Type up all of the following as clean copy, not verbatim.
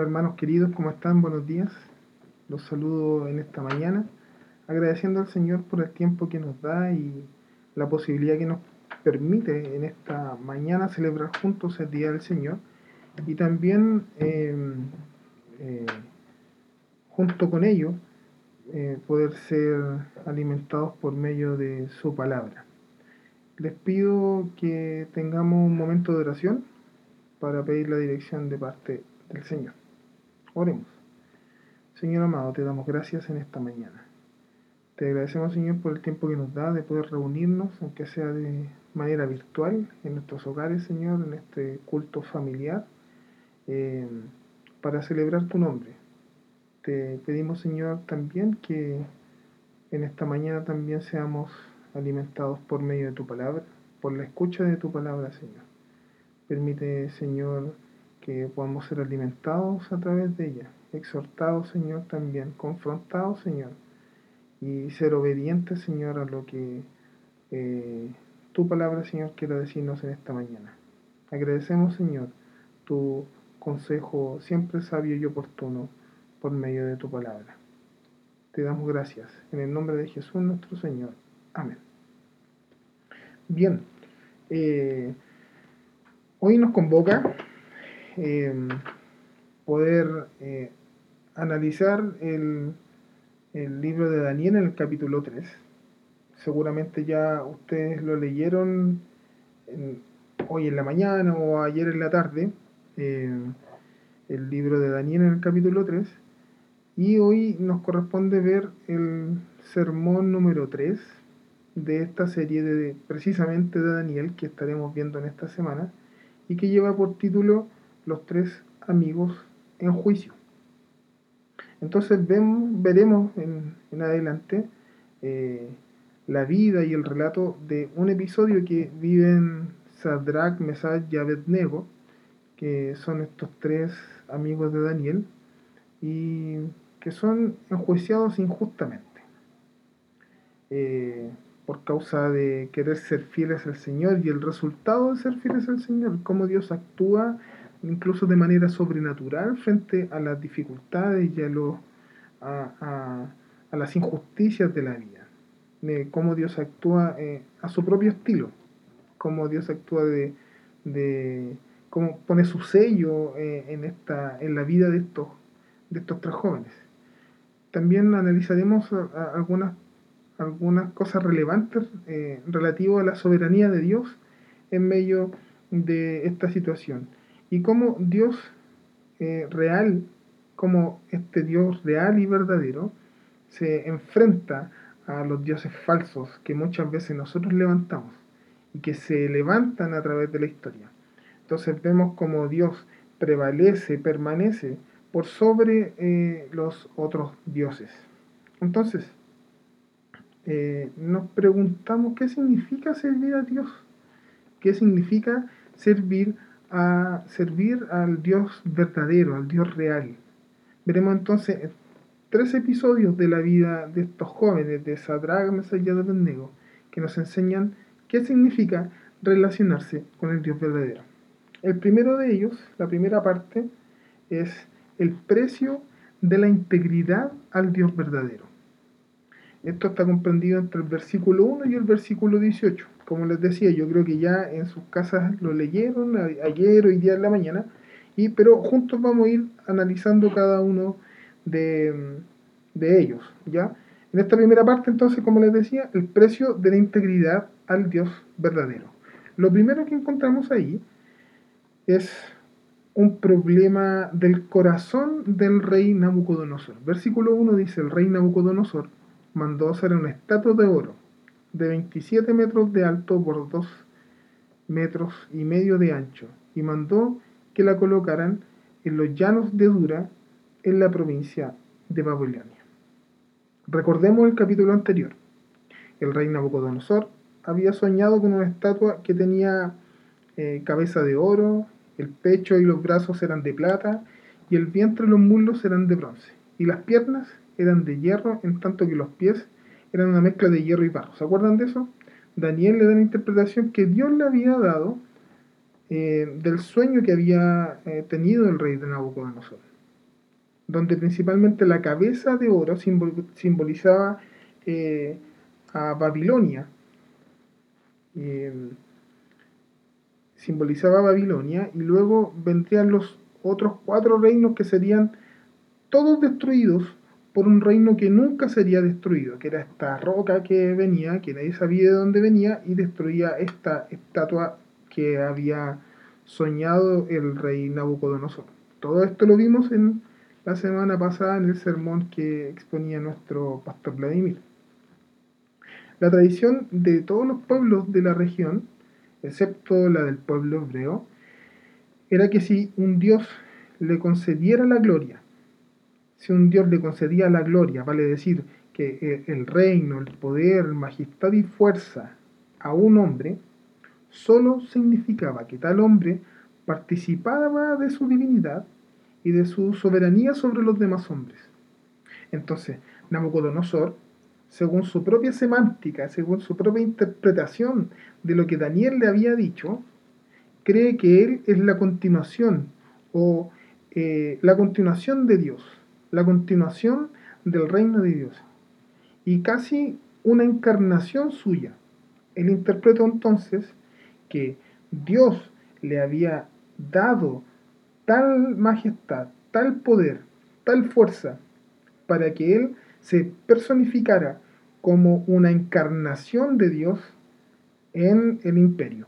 hermanos queridos, ¿cómo están? Buenos días. Los saludo en esta mañana, agradeciendo al Señor por el tiempo que nos da y la posibilidad que nos permite en esta mañana celebrar juntos el Día del Señor y también eh, junto con ello poder ser alimentados por medio de su palabra. Les pido que tengamos un momento de oración para pedir la dirección de parte del Señor. Oremos. Señor amado, te damos gracias en esta mañana. Te agradecemos, Señor, por el tiempo que nos da de poder reunirnos, aunque sea de manera virtual, en nuestros hogares, Señor, en este culto familiar, eh, para celebrar tu nombre. Te pedimos, Señor, también que en esta mañana también seamos alimentados por medio de tu palabra, por la escucha de tu palabra, Señor. Permite, Señor, que podamos ser alimentados a través de ella, exhortados, Señor, también, confrontados, Señor, y ser obedientes, Señor, a lo que tu palabra, Señor, quiera decirnos en esta mañana. Agradecemos, Señor, tu consejo siempre sabio y oportuno por medio de tu palabra. Te damos gracias. En el nombre de Jesús nuestro Señor. Amén. Bien, hoy nos convoca poder analizar el libro de Daniel en el capítulo 3. Seguramente ya ustedes lo leyeron hoy en la mañana o ayer en la tarde, el libro de Daniel en el capítulo 3. Y hoy nos corresponde ver el sermón número 3 de esta serie precisamente de Daniel que estaremos viendo en esta semana y que lleva por título Los tres amigos en juicio. Entonces veremos en adelante la vida y el relato de un episodio que viven Sadrach, Mesach y Abednego, que son estos tres amigos de Daniel y que son enjuiciados injustamente por causa de querer ser fieles al Señor, y el resultado de ser fieles al Señor, cómo Dios actúa incluso de manera sobrenatural frente a las dificultades y a las injusticias de la vida, cómo Dios actúa a su propio estilo, cómo Dios actúa de cómo pone su sello en la vida de estos tres jóvenes. También analizaremos algunas cosas relevantes relativas a la soberanía de Dios en medio de esta situación y cómo Dios real, como este Dios real y verdadero se enfrenta a los dioses falsos que muchas veces nosotros levantamos y que se levantan a través de la historia. Entonces vemos como Dios prevalece, permanece por sobre los otros dioses. Entonces, nos preguntamos qué significa servir a Dios, qué significa servir al Dios verdadero, al Dios real. Veremos entonces 3 episodios de la vida de estos jóvenes de Sadrach, Mesach y Abednego que nos enseñan qué significa relacionarse con el Dios verdadero. El primero de ellos, la primera parte, es el precio de la integridad al Dios verdadero. Esto está comprendido entre el versículo 1 y el versículo 18. Como les decía, yo creo que ya en sus casas lo leyeron ayer, hoy día en la mañana, pero juntos vamos a ir analizando cada uno de ellos, ¿ya? En esta primera parte, entonces, como les decía, el precio de la integridad al Dios verdadero. Lo primero que encontramos ahí es un problema del corazón del rey Nabucodonosor. Versículo 1 dice: el rey Nabucodonosor mandó hacer una estatua de oro de 27 metros de alto por 2 metros y medio de ancho, y mandó que la colocaran en los llanos de Dura, en la provincia de Babilonia. Recordemos el capítulo anterior. El rey Nabucodonosor había soñado con una estatua que tenía cabeza de oro, el pecho y los brazos eran de plata, y el vientre y los muslos eran de bronce, y las piernas eran de hierro, en tanto que los pies eran una mezcla de hierro y barro. ¿Se acuerdan de eso? Daniel le da la interpretación que Dios le había dado del sueño que había tenido el rey de Nabucodonosor. donde principalmente la cabeza de oro simbolizaba eh, a Babilonia, eh, simbolizaba a Babilonia, y luego vendrían los otros 4 reinos que serían todos destruidos por un reino que nunca sería destruido, que era esta roca que venía, que nadie sabía de dónde venía, y destruía esta estatua que había soñado el rey Nabucodonosor. Todo esto lo vimos en la semana pasada en el sermón que exponía nuestro pastor Vladimir. La tradición de todos los pueblos de la región, excepto la del pueblo hebreo, era que si un dios le concediera la gloria, si un dios le concedía la gloria, vale decir que el reino, el poder, majestad y fuerza a un hombre, solo significaba que tal hombre participaba de su divinidad y de su soberanía sobre los demás hombres. Entonces, Nabucodonosor, según su propia semántica, según su propia interpretación de lo que Daniel le había dicho, cree que él es la continuación o la continuación de Dios, la continuación del reino de Dios y casi una encarnación suya. Él interpretó entonces que Dios le había dado tal majestad, tal poder, tal fuerza, para que él se personificara como una encarnación de Dios en el imperio.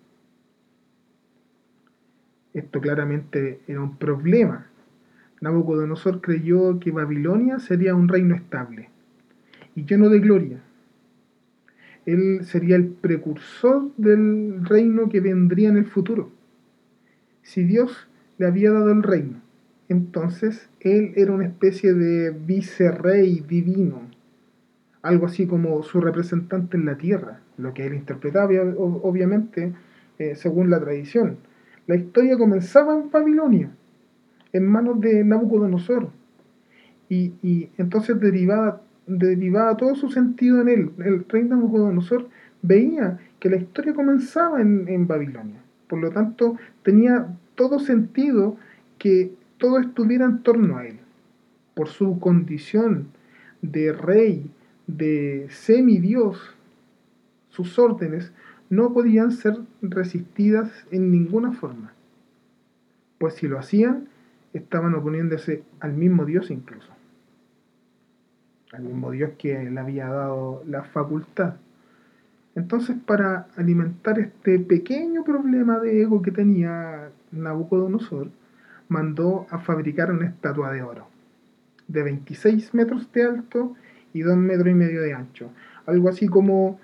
Esto claramente era un problema. Nabucodonosor creyó que Babilonia sería un reino estable y lleno de gloria. Él sería el precursor del reino que vendría en el futuro. Si Dios le había dado el reino, entonces él era una especie de vicerrey divino, algo así como su representante en la tierra, lo que él interpretaba obviamente según la tradición. La historia comenzaba en Babilonia, en manos de Nabucodonosor, y entonces derivaba todo su sentido en él. El rey Nabucodonosor veía que la historia comenzaba en Babilonia. Por lo tanto, tenía todo sentido que todo estuviera en torno a él. Por su condición de rey, de semidios, sus órdenes no podían ser resistidas en ninguna forma. Pues si lo hacían, estaban oponiéndose al mismo Dios incluso. Al mismo Dios que le había dado la facultad. Entonces, para alimentar este pequeño problema de ego que tenía Nabucodonosor, mandó a fabricar una estatua de oro, de 26 metros de alto y 2,5 metros de ancho. Algo así como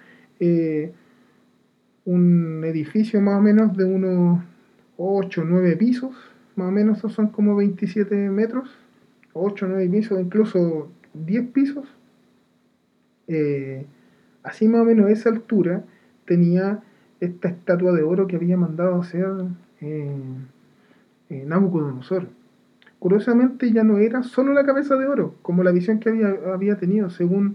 un edificio más o menos de unos 8 o 9 pisos, más o menos son como 27 metros, 8 o 9 pisos, incluso 10 pisos. Eh, Así más o menos a esa altura tenía esta estatua de oro que había mandado a hacer eh, Nabucodonosor. Curiosamente ya no era solo la cabeza de oro, como la visión que había tenido,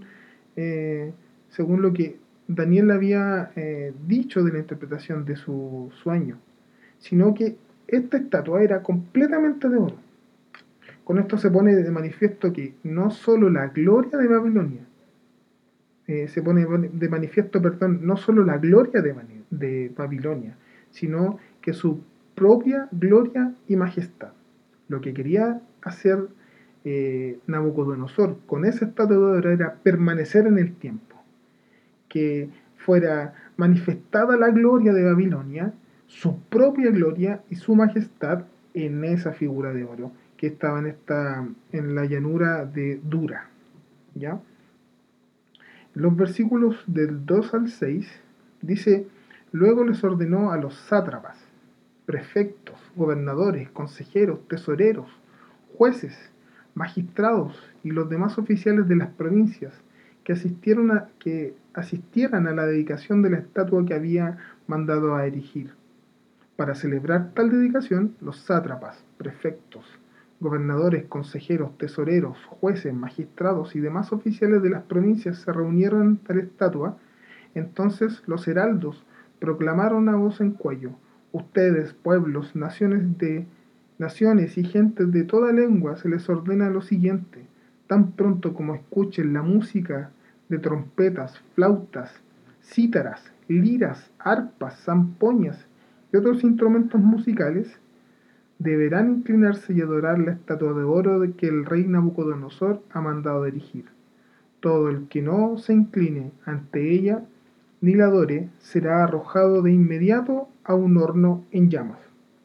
según lo que Daniel había dicho de la interpretación de su sueño, sino que esta estatua era completamente de oro. Con esto se pone de manifiesto que no solo la gloria de Babilonia, se pone de manifiesto, perdón, no solo la gloria de Babilonia, sino que su propia gloria y majestad. Lo que quería hacer Nabucodonosor con esa estatua de oro era permanecer en el tiempo, que fuera manifestada la gloria de Babilonia, su propia gloria y su majestad en esa figura de oro que estaba en la llanura de Dura, ¿ya? Los versículos del 2 al 6 dice, luego les ordenó a los sátrapas, prefectos, gobernadores, consejeros, tesoreros, jueces, magistrados y los demás oficiales de las provincias que asistieran a la dedicación de la estatua que había mandado a erigir. Para celebrar tal dedicación, los sátrapas, prefectos, gobernadores, consejeros, tesoreros, jueces, magistrados y demás oficiales de las provincias se reunieron en tal estatua. Entonces los heraldos proclamaron a voz en cuello: ustedes, pueblos, naciones naciones y gentes de toda lengua se les ordena lo siguiente: tan pronto como escuchen la música de trompetas, flautas, cítaras, liras, arpas, zampoñas y otros instrumentos musicales, deberán inclinarse y adorar la estatua de oro de que el rey Nabucodonosor ha mandado erigir. Todo el que no se incline ante ella ni la adore será arrojado de inmediato a un horno en llamas.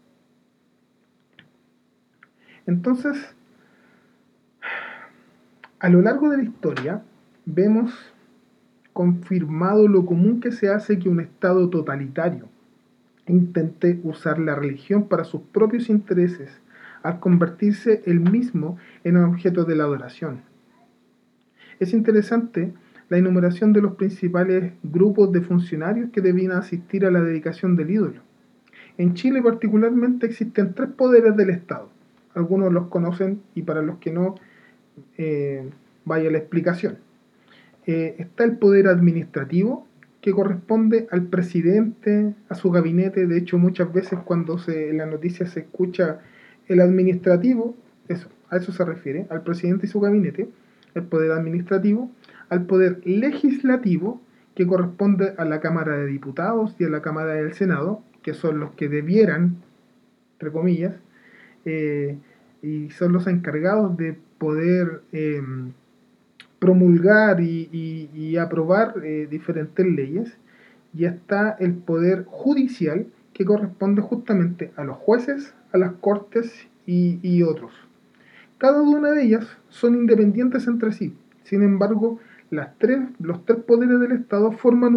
Entonces, a lo largo de la historia, vemos confirmado lo común que se hace que un Estado totalitario intente usar la religión para sus propios intereses, al convertirse él mismo en objeto de la adoración. Es interesante la enumeración de los principales grupos de funcionarios que debían asistir a la dedicación del ídolo. En Chile particularmente existen 3 poderes del Estado. Algunos los conocen y para los que no, vaya la explicación. Está el poder administrativo, que corresponde al presidente, a su gabinete. De hecho, muchas veces cuando en la noticia se escucha el administrativo, a eso se refiere, al presidente y su gabinete, el poder administrativo, al poder legislativo, que corresponde a la Cámara de Diputados y a la Cámara del Senado, que son los que debieran, entre comillas, eh, y son los encargados de poder promulgar y aprobar diferentes leyes. Y está el poder judicial, que corresponde justamente a los jueces, a las cortes y otros. Cada una de ellas son independientes entre sí. Sin embargo, los 3 poderes del Estado forman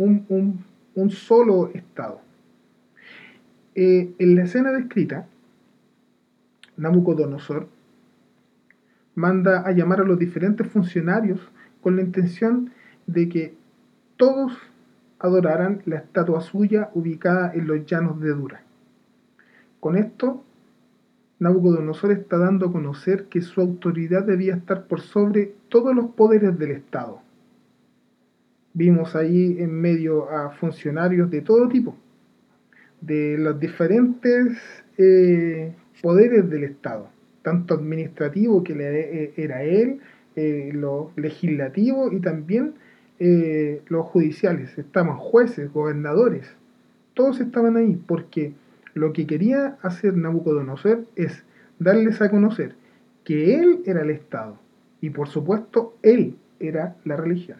un solo Estado. En la escena descrita, Nabucodonosor manda a llamar a los diferentes funcionarios con la intención de que todos adoraran la estatua suya ubicada en los llanos de Dura. Con esto, Nabucodonosor está dando a conocer que su autoridad debía estar por sobre todos los poderes del Estado. Vimos ahí en medio a funcionarios de todo tipo, de los diferentes poderes del Estado, tanto administrativo, que era él, lo legislativo y también los judiciales. Estaban jueces, gobernadores, todos estaban ahí, porque lo que quería hacer Nabucodonosor es darles a conocer que él era el Estado y por supuesto él era la religión.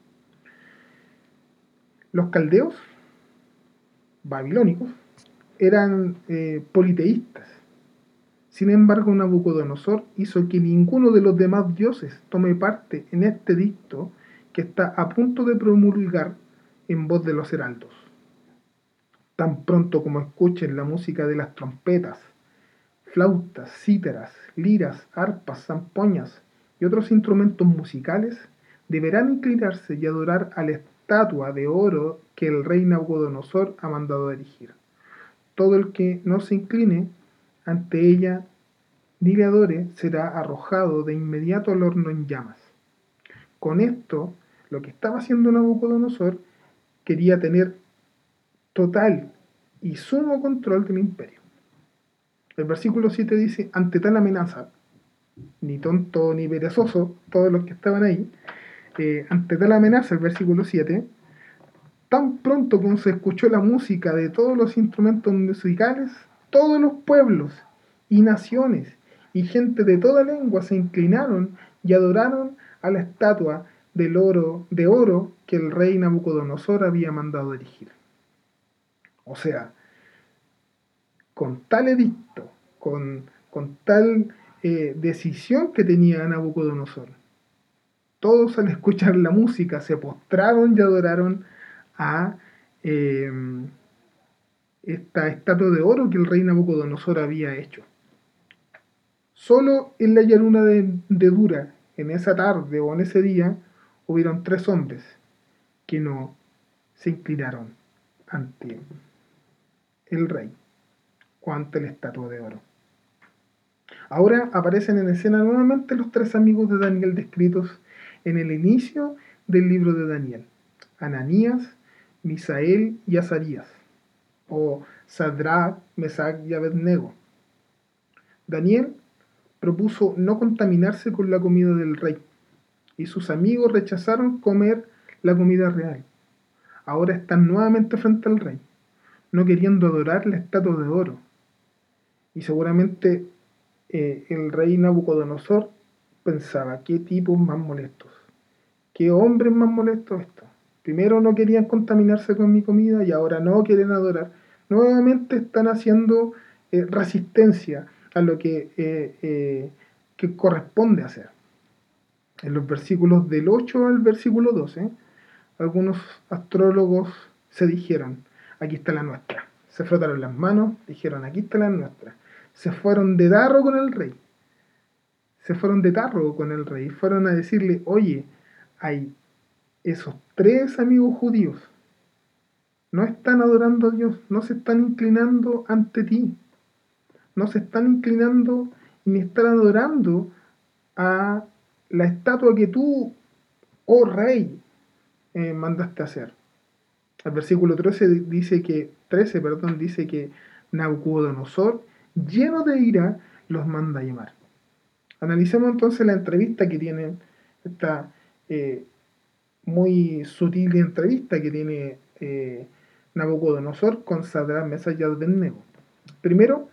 Los caldeos babilónicos eran politeístas. Sin embargo, Nabucodonosor hizo que ninguno de los demás dioses tome parte en este edicto que está a punto de promulgar en voz de los heraldos. Tan pronto como escuchen la música de las trompetas, flautas, cítaras, liras, arpas, zampoñas y otros instrumentos musicales, deberán inclinarse y adorar a la estatua de oro que el rey Nabucodonosor ha mandado erigir. Todo el que no se incline ante ella ni le adore será arrojado de inmediato al horno en llamas. Con esto, lo que estaba haciendo Nabucodonosor, quería tener total y sumo control del imperio. El versículo 7 dice: ante tal amenaza, ni tonto ni perezoso, todos los que estaban ahí, ante tal amenaza, el versículo 7, tan pronto como se escuchó la música de todos los instrumentos musicales, todos los pueblos y naciones y gente de toda lengua se inclinaron y adoraron a la estatua de oro que el rey Nabucodonosor había mandado erigir. O sea, con tal edicto, con tal decisión que tenía Nabucodonosor, todos al escuchar la música se postraron y adoraron a eh, esta estatua de oro que el rey Nabucodonosor había hecho. Solo en la llanura de Dura, en esa tarde o en ese día, hubieron 3 hombres que no se inclinaron ante el rey o ante la estatua de oro. Ahora aparecen en escena nuevamente los 3 amigos de Daniel descritos en el inicio del libro de Daniel: Ananías, Misael y Azarías, o Sadrach, Mesach y Abednego. Daniel propuso no contaminarse con la comida del rey, y sus amigos rechazaron comer la comida real. Ahora están nuevamente frente al rey, no queriendo adorar la estatua de oro. Y seguramente el rey Nabucodonosor pensaba, qué tipos más molestos, qué hombres más molestos estos. Primero no querían contaminarse con mi comida y ahora no quieren adorar. Nuevamente están haciendo resistencia a lo que corresponde hacer. En los versículos del 8 al versículo 12, algunos astrólogos se dijeron, aquí está la nuestra. Se frotaron las manos, dijeron, aquí está la nuestra. Se fueron de darro con el rey. Se fueron de tarro con el rey. Fueron a decirle, oye, hay esos tres amigos judíos. No están adorando a Dios, no se están inclinando ante ti. No se están inclinando ni están adorando a la estatua que tú, oh rey, mandaste a hacer. El versículo 13 dice que Nabucodonosor, lleno de ira, los manda a llamar. Analicemos entonces la entrevista que tienen, esta muy sutil entrevista que tiene Nabucodonosor con Sadrach, Mesach y Abednego. Primero,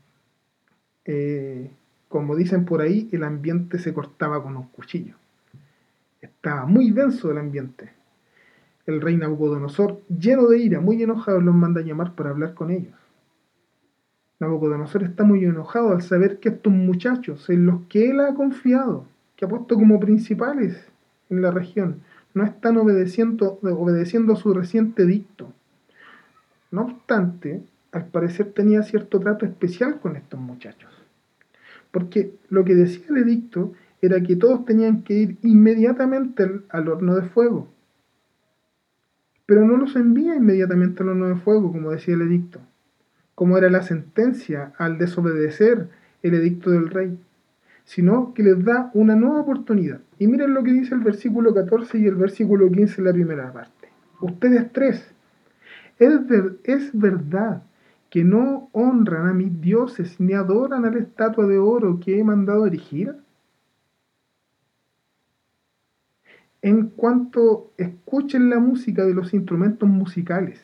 como dicen por ahí, el ambiente se cortaba con un cuchillo. Estaba muy denso el ambiente. El rey Nabucodonosor, lleno de ira, muy enojado, los manda a llamar para hablar con ellos. Nabucodonosor está muy enojado al saber que estos muchachos, en los que él ha confiado, que ha puesto como principales en la región, no están obedeciendo su reciente edicto. No obstante, al parecer tenía cierto trato especial con estos muchachos, porque lo que decía el edicto era que todos tenían que ir inmediatamente al horno de fuego, pero no los envía inmediatamente al horno de fuego, como decía el edicto, como era la sentencia al desobedecer el edicto del rey, sino que les da una nueva oportunidad. Y miren lo que dice el versículo 14 y el versículo 15 en la primera parte. Ustedes tres, es verdad que no honran a mis dioses ni adoran a la estatua de oro que he mandado erigir. En cuanto escuchen la música de los instrumentos musicales,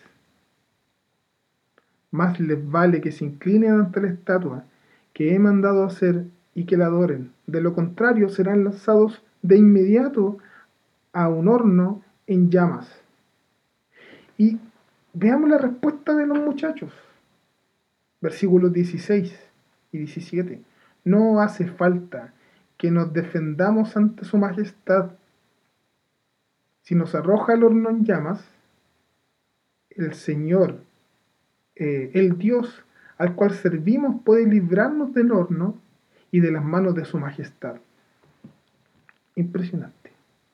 más les vale que se inclinen ante la estatua que he mandado hacer y que la adoren. De lo contrario, serán lanzados de inmediato a un horno en llamas. Y veamos la respuesta de los muchachos. Versículos 16 y 17. No hace falta que nos defendamos ante su majestad. Si nos arroja el horno en llamas, el Señor, el Dios al cual servimos, puede librarnos del horno y de las manos de su majestad. Impresionante.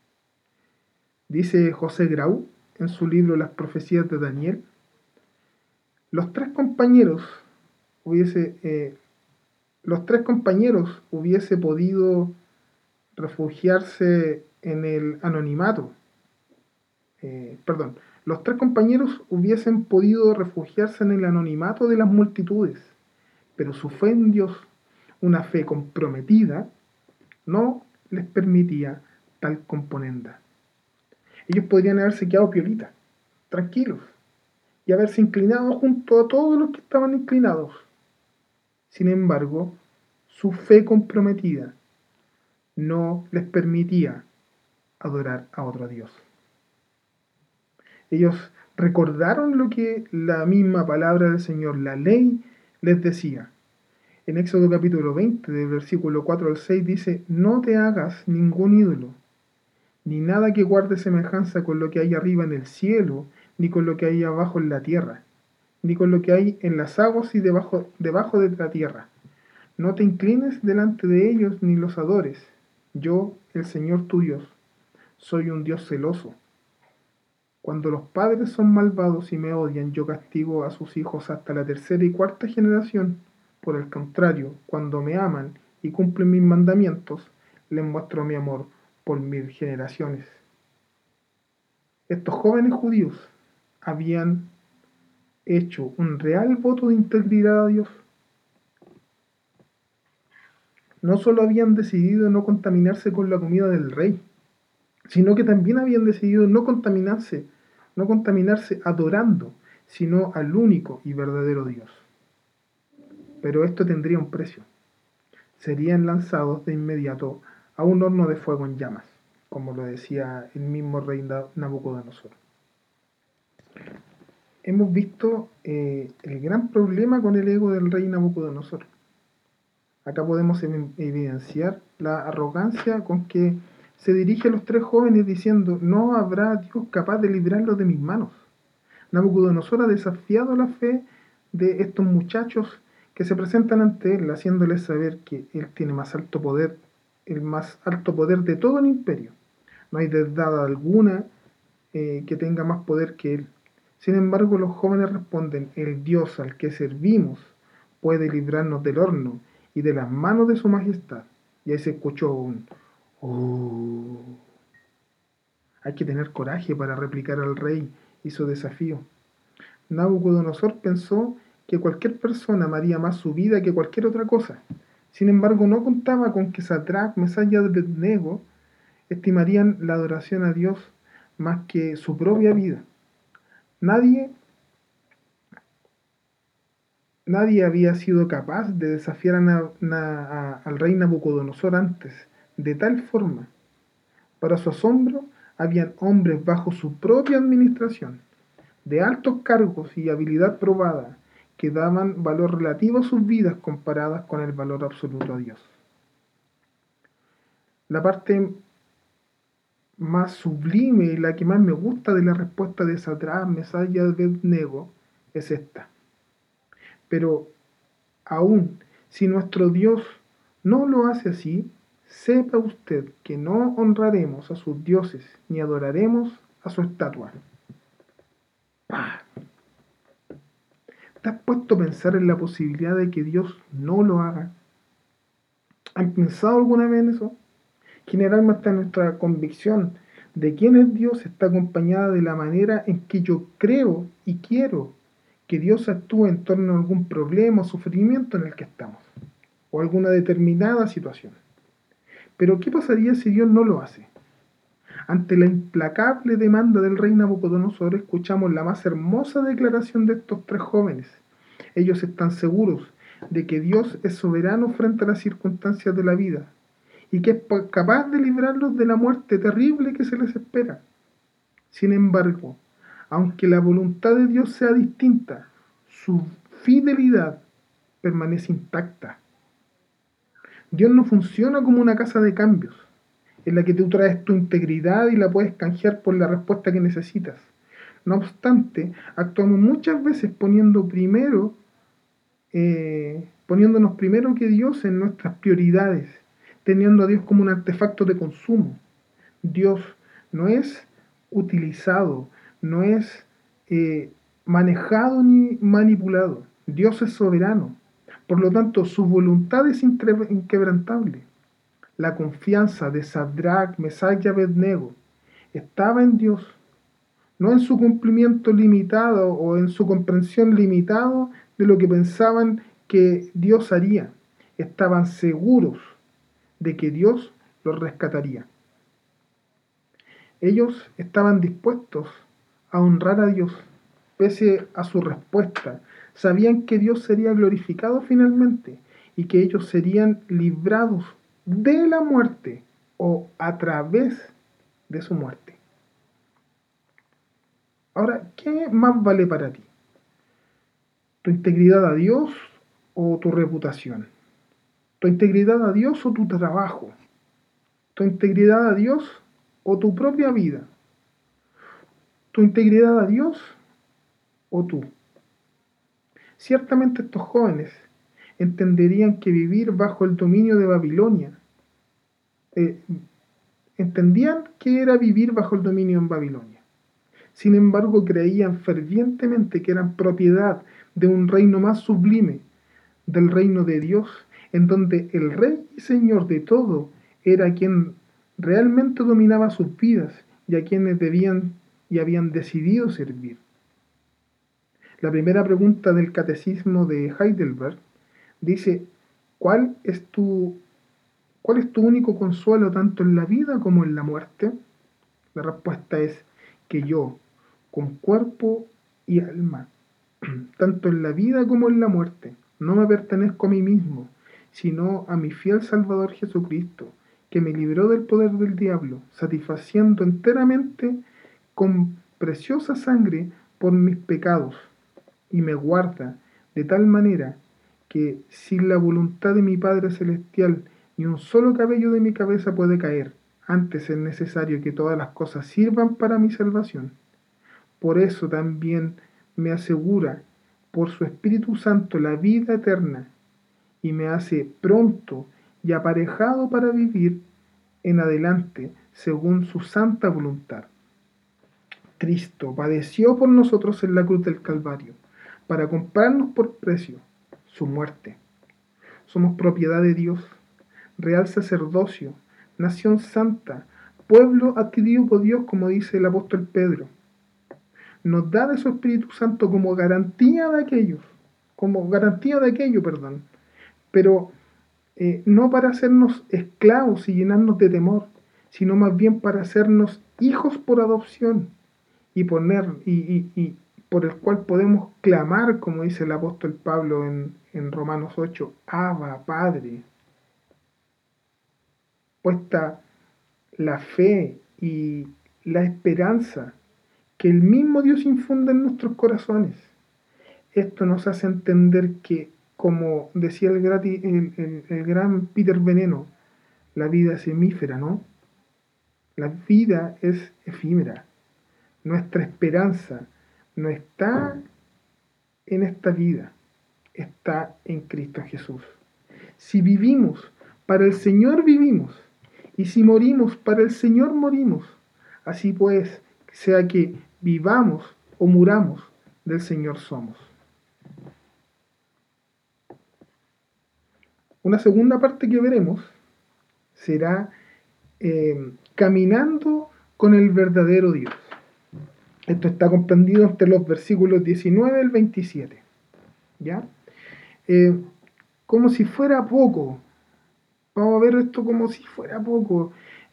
Dice José Grau en su libro Las profecías de Daniel, los tres compañeros los tres compañeros hubiese podido refugiarse en el anonimato. Los tres compañeros hubiesen podido refugiarse en el anonimato de las multitudes, pero su fe en Dios, una fe comprometida, no les permitía tal componenda. Ellos podrían haberse quedado piolitas, tranquilos, y haberse inclinado junto a todos los que estaban inclinados. Sin embargo, su fe comprometida no les permitía adorar a otro Dios. Ellos recordaron lo que la misma palabra del Señor, la ley, les decía. En Éxodo capítulo 20, del versículo 4 al 6, dice, no te hagas ningún ídolo, ni nada que guarde semejanza con lo que hay arriba en el cielo, ni con lo que hay abajo en la tierra, ni con lo que hay en las aguas y debajo de la tierra. No te inclines delante de ellos ni los adores. Yo, el Señor tu Dios, soy un Dios celoso. Cuando los padres son malvados y me odian, yo castigo a sus hijos hasta la tercera y cuarta generación. Por el contrario, cuando me aman y cumplen mis mandamientos, les muestro mi amor por 1000 generaciones. Estos jóvenes judíos habían hecho un real voto de integridad a Dios. no solo habían decidido no contaminarse con la comida del rey, sino que también habían decidido no contaminarse adorando, sino al único y verdadero Dios. Pero esto tendría un precio. Serían lanzados de inmediato a un horno de fuego en llamas, como lo decía el mismo rey Nabucodonosor. Hemos visto el gran problema con el ego del rey Nabucodonosor. Acá podemos evidenciar la arrogancia con que se dirige a los tres jóvenes diciendo: no habrá Dios capaz de librarlos de mis manos. Nabucodonosor ha desafiado la fe de estos muchachos que se presentan ante él, haciéndoles saber que él tiene más alto poder, el más alto poder de todo el imperio. No hay deidad alguna que tenga más poder que él. Sin embargo, los jóvenes responden: el Dios al que servimos puede librarnos del horno y de las manos de su majestad. Y ahí se escuchó un "oh". Hay que tener coraje para replicar al rey y su desafío. Nabucodonosor pensó que cualquier persona amaría más su vida que cualquier otra cosa. Sin embargo, no contaba con que Sadrach, Mesach y Abednego estimarían la adoración a Dios más que su propia vida. Nadie había sido capaz de desafiar al rey Nabucodonosor antes, de tal forma. Para su asombro, habían hombres bajo su propia administración, de altos cargos y habilidad probada, que daban valor relativo a sus vidas comparadas con el valor absoluto a Dios. La parte más sublime y la que más me gusta de la respuesta de Sadrach, Mesach y Abednego es esta. Pero aún si nuestro Dios no lo hace así, sepa usted que no honraremos a sus dioses ni adoraremos a su estatua. ¡Pah! ¿Te has puesto a pensar en la posibilidad de que Dios no lo haga? ¿Han pensado alguna vez en eso? Generalmente nuestra convicción de quién es Dios está acompañada de la manera en que yo creo y quiero que Dios actúe en torno a algún problema o sufrimiento en el que estamos, o alguna determinada situación. Pero ¿qué pasaría si Dios no lo hace? Ante la implacable demanda del rey Nabucodonosor, escuchamos la más hermosa declaración de estos tres jóvenes. Ellos están seguros de que Dios es soberano frente a las circunstancias de la vida y que es capaz de librarlos de la muerte terrible que se les espera. Sin embargo, aunque la voluntad de Dios sea distinta, su fidelidad permanece intacta. Dios no funciona como una casa de cambios, en la que tú traes tu integridad y la puedes canjear por la respuesta que necesitas. No obstante, actuamos muchas veces poniéndonos primero que Dios en nuestras prioridades, teniendo a Dios como un artefacto de consumo. Dios no es utilizado, no es manejado ni manipulado. Dios es soberano. Por lo tanto, su voluntad es inquebrantable. La confianza de Sadrach, Mesach y Abednego estaba en Dios, no en su cumplimiento limitado o en su comprensión limitado de lo que pensaban que Dios haría. Estaban seguros de que Dios los rescataría. Ellos estaban dispuestos a honrar a Dios, pese a su respuesta. Sabían que Dios sería glorificado finalmente y que ellos serían librados de la muerte o a través de su muerte. Ahora, ¿qué más vale para ti? ¿Tu integridad a Dios o tu reputación? ¿Tu integridad a Dios o tu trabajo? ¿Tu integridad a Dios o tu propia vida? ¿Tu integridad a Dios o tú? Ciertamente estos jóvenes entenderían que vivir bajo el dominio de Babilonia, eh, entendían que era vivir bajo el dominio en Babilonia. Sin embargo, creían fervientemente que eran propiedad de un reino más sublime, del reino de Dios, en donde el Rey y Señor de todo era quien realmente dominaba sus vidas y a quienes debían y habían decidido servir. La primera pregunta del Catecismo de Heidelberg dice: ¿cuál es tu ¿Cuál es tu único consuelo tanto en la vida como en la muerte? La respuesta es que yo, con cuerpo y alma, tanto en la vida como en la muerte, no me pertenezco a mí mismo, sino a mi fiel Salvador Jesucristo, que me libró del poder del diablo, satisfaciendo enteramente con preciosa sangre por mis pecados, y me guarda de tal manera que sin la voluntad de mi Padre Celestial ni un solo cabello de mi cabeza puede caer. Antes es necesario que todas las cosas sirvan para mi salvación. Por eso también me asegura por su Espíritu Santo la vida eterna y me hace pronto y aparejado para vivir en adelante según su santa voluntad. Cristo padeció por nosotros en la cruz del Calvario para comprarnos por precio su muerte. Somos propiedad de Dios, real sacerdocio, nación santa, pueblo adquirido por Dios, como dice el apóstol Pedro. Nos da de su Espíritu Santo como garantía de aquello, perdón, pero no para hacernos esclavos y llenarnos de temor, sino más bien para hacernos hijos por adopción y por el cual podemos clamar, como dice el apóstol Pablo en Romanos 8, Abba, Padre. Puesta la fe y la esperanza que el mismo Dios infunde en nuestros corazones. Esto nos hace entender que, como decía el gran Peter Veneno, la vida es efímera, ¿no? La vida es efímera. Nuestra esperanza no está en esta vida, está en Cristo Jesús. Si vivimos, para el Señor vivimos, y si morimos, para el Señor morimos. Así pues, sea que vivamos o muramos, del Señor somos. Una segunda parte que veremos será caminando con el verdadero Dios. Esto está comprendido entre los versículos 19 al 27. ¿Ya? Eh, como si fuera poco. Vamos a ver esto como si fuera poco.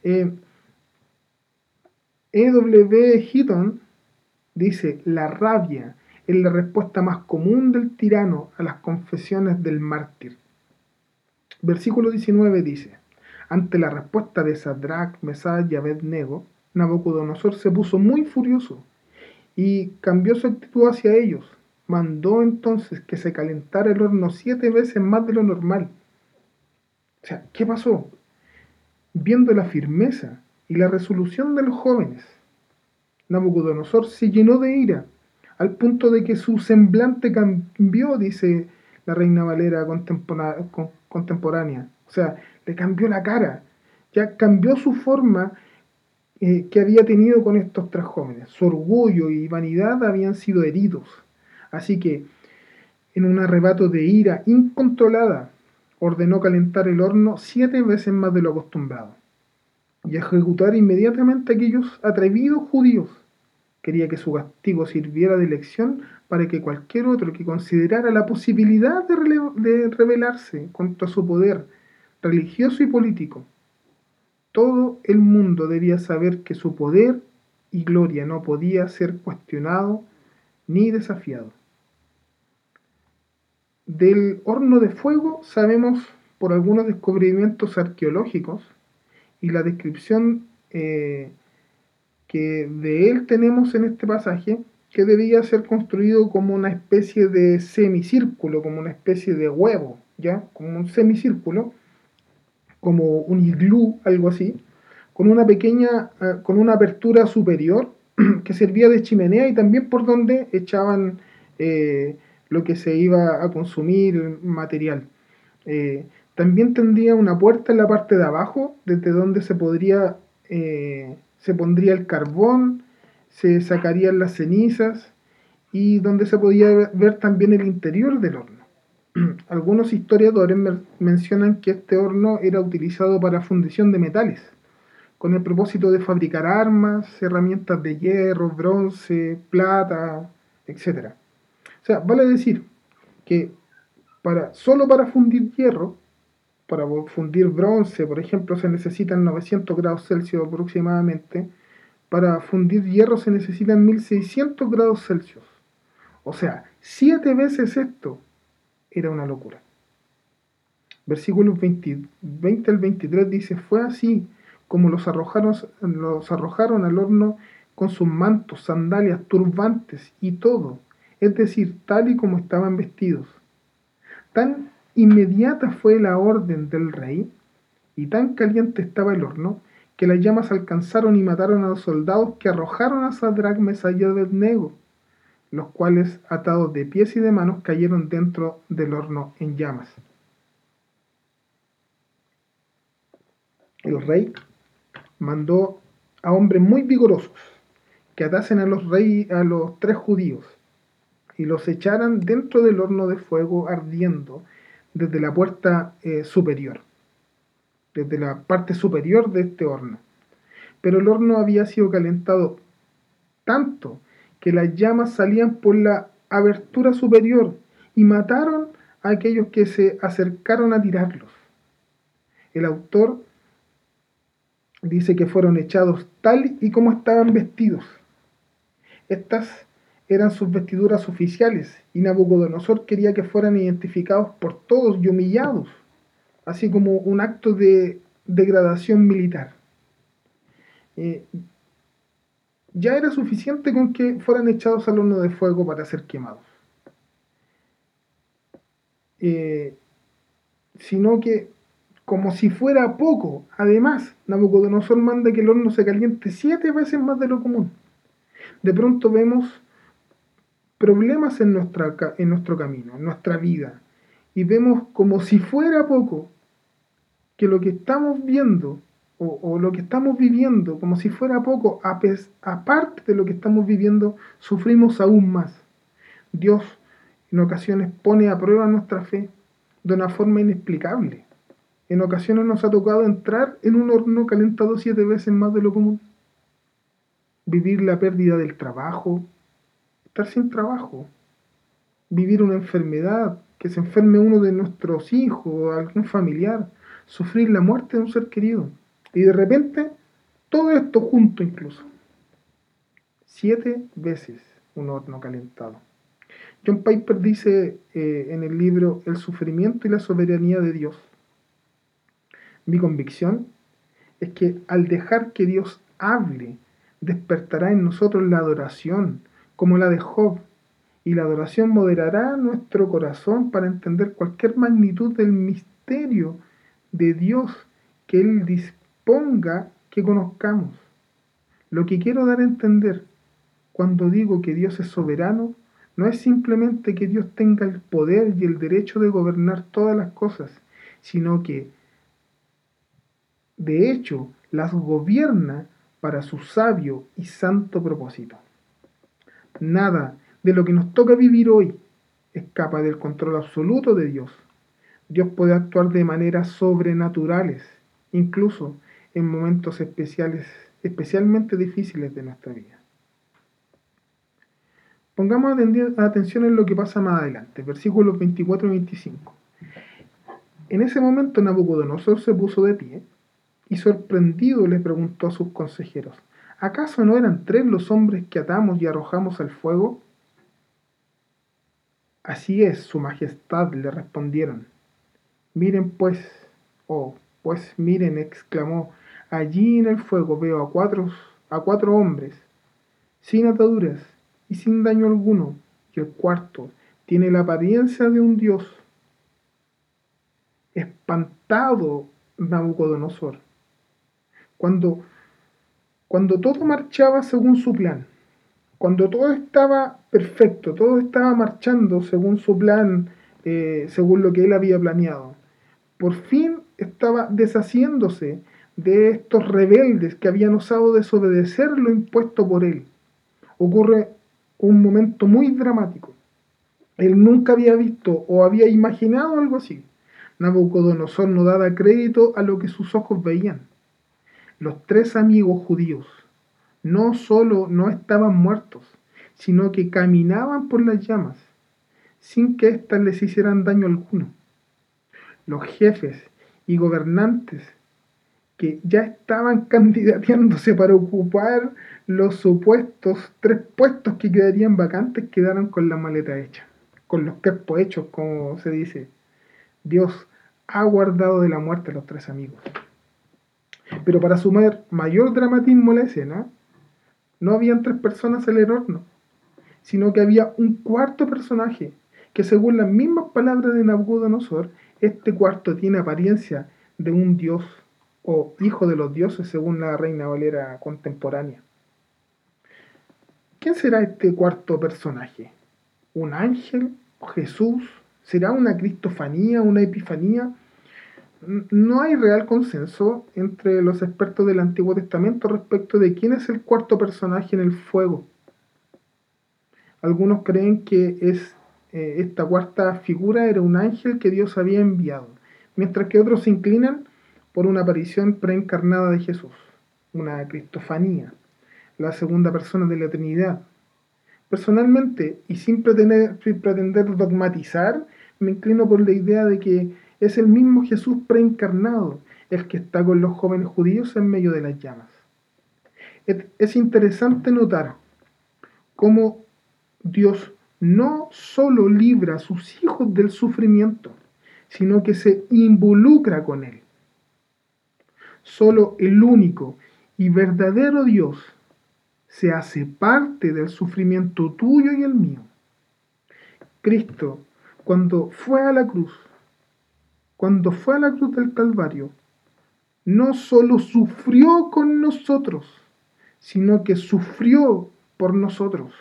E.W. Hinton dice, la rabia es la respuesta más común del tirano a las confesiones del mártir. Versículo 19 dice, ante la respuesta de Sadrach, Mesach y Abed-Nego, Nabucodonosor se puso muy furioso y cambió su actitud hacia ellos. Mandó entonces que se calentara el horno 7 veces más de lo normal. O sea, ¿qué pasó? Viendo la firmeza y la resolución de los jóvenes, Nabucodonosor se llenó de ira, al punto de que su semblante cambió, dice la Reina Valera contemporánea. O sea, le cambió la cara, ya cambió su forma que había tenido con estos tres jóvenes. Su orgullo y vanidad habían sido heridos. Así que, en un arrebato de ira incontrolada, ordenó calentar el horno 7 veces más de lo acostumbrado y ejecutar inmediatamente a aquellos atrevidos judíos. Quería que su castigo sirviera de lección para que cualquier otro que considerara la posibilidad de rebelarse contra su poder religioso y político, todo el mundo debía saber que su poder y gloria no podía ser cuestionado ni desafiado. Del horno de fuego sabemos por algunos descubrimientos arqueológicos y la descripción que de él tenemos en este pasaje, que debía ser construido como una especie de semicírculo, como una especie de huevo, ¿ya? Como un semicírculo, como un iglú, algo así, con una pequeña, con una apertura superior que servía de chimenea y también por donde echaban lo que se iba a consumir material. También tendría una puerta en la parte de abajo, desde donde se pondría el carbón, se sacarían las cenizas y donde se podía ver también el interior del horno. Algunos historiadores mencionan que este horno era utilizado para fundición de metales, con el propósito de fabricar armas, herramientas de hierro, bronce, plata, etc. O sea, vale decir que solo para fundir hierro Para fundir bronce, por ejemplo, se necesitan 900 grados Celsius aproximadamente. Para fundir hierro se necesitan 1600 grados Celsius. O sea, 7 veces esto. Era una locura. Versículos 20 al 23 dice, fue así como los arrojaron al horno con sus mantos, sandalias, turbantes y todo, es decir, tal y como estaban vestidos. Tan inmediata fue la orden del rey y tan caliente estaba el horno que las llamas alcanzaron y mataron a los soldados que arrojaron a Sadrach, Mesach y Abednego, los cuales, atados de pies y de manos, cayeron dentro del horno en llamas. El rey mandó a hombres muy vigorosos que atasen a los 3 judíos y los echaran dentro del horno de fuego ardiendo desde la puerta superior, desde la parte superior de este horno. Pero el horno había sido calentado tanto que las llamas salían por la abertura superior y mataron a aquellos que se acercaron a tirarlos. El autor dice que fueron echados tal y como estaban vestidos. Estas eran sus vestiduras oficiales y Nabucodonosor quería que fueran identificados por todos y humillados, así como un acto de degradación militar. Ya era suficiente con que fueran echados al horno de fuego para ser quemados, sino que, como si fuera poco, además, Nabucodonosor manda que el horno se caliente 7 veces más de lo común. De pronto vemos problemas en nuestro camino, en nuestra vida, y vemos como si fuera poco que lo que estamos viendo o lo que estamos viviendo, como si fuera poco, aparte de lo que estamos viviendo, sufrimos aún más. Dios en ocasiones pone a prueba nuestra fe de una forma inexplicable. En ocasiones nos ha tocado entrar en un horno calentado 7 veces más de lo común, vivir la pérdida del trabajo, estar sin trabajo, vivir una enfermedad, que se enferme uno de nuestros hijos o algún familiar, sufrir la muerte de un ser querido. Y de repente, todo esto junto incluso. 7 veces un horno calentado. John Piper dice en el libro El sufrimiento y la soberanía de Dios, mi convicción es que al dejar que Dios hable, despertará en nosotros la adoración, como la de Job, y la adoración moderará nuestro corazón para entender cualquier magnitud del misterio de Dios que Él disponga que conozcamos. Lo que quiero dar a entender cuando digo que Dios es soberano no es simplemente que Dios tenga el poder y el derecho de gobernar todas las cosas, sino que, de hecho, las gobierna para su sabio y santo propósito. Nada de lo que nos toca vivir hoy escapa del control absoluto de Dios. Dios puede actuar de maneras sobrenaturales, incluso en momentos especiales, especialmente difíciles de nuestra vida. Pongamos atención en lo que pasa más adelante, versículos 24 y 25. En ese momento Nabucodonosor se puso de pie y sorprendido le preguntó a sus consejeros, ¿acaso no eran 3 los hombres que atamos y arrojamos al fuego? Así es, su majestad, le respondieron. Miren pues, pues miren, exclamó, allí en el fuego veo a cuatro hombres, sin ataduras y sin daño alguno, y el cuarto tiene la apariencia de un dios. Espantado Nabucodonosor, cuando, cuando todo marchaba según su plan, cuando todo estaba perfecto, todo estaba marchando según su plan, según lo que él había planeado, por fin estaba deshaciéndose de estos rebeldes que habían osado desobedecer lo impuesto por él. Ocurre un momento muy dramático. Él nunca había visto o había imaginado algo así. Nabucodonosor no daba crédito a lo que sus ojos veían. Los 3 amigos judíos no solo no estaban muertos, sino que caminaban por las llamas, sin que éstas les hicieran daño alguno. Los jefes y gobernantes que ya estaban candidateándose para ocupar los supuestos 3 puestos que quedarían vacantes, quedaron con la maleta hecha, con los crespos hechos, como se dice. Dios ha guardado de la muerte a los 3 amigos. Pero para sumar mayor dramatismo a la escena, no habían 3 personas en el horno, sino que había un cuarto personaje, que según las mismas palabras de Nabucodonosor, este cuarto tiene apariencia de un dios o hijo de los dioses, según la Reina Valera contemporánea. ¿Quién será este cuarto personaje? ¿Un ángel? ¿Jesús? ¿Será una cristofanía, una epifanía? No hay real consenso entre los expertos del Antiguo Testamento respecto de quién es el cuarto personaje en el fuego. Algunos creen que esta cuarta figura era un ángel que Dios había enviado, mientras que otros se inclinan por una aparición preencarnada de Jesús, una cristofanía, la segunda persona de la Trinidad. Personalmente, y sin pretender dogmatizar, me inclino por la idea de que es el mismo Jesús preencarnado el que está con los jóvenes judíos en medio de las llamas. Es interesante notar cómo Dios no solo libra a sus hijos del sufrimiento, sino que se involucra con él. Solo el único y verdadero Dios se hace parte del sufrimiento tuyo y el mío. Cristo, cuando fue a la cruz del Calvario, no solo sufrió con nosotros, sino que sufrió por nosotros.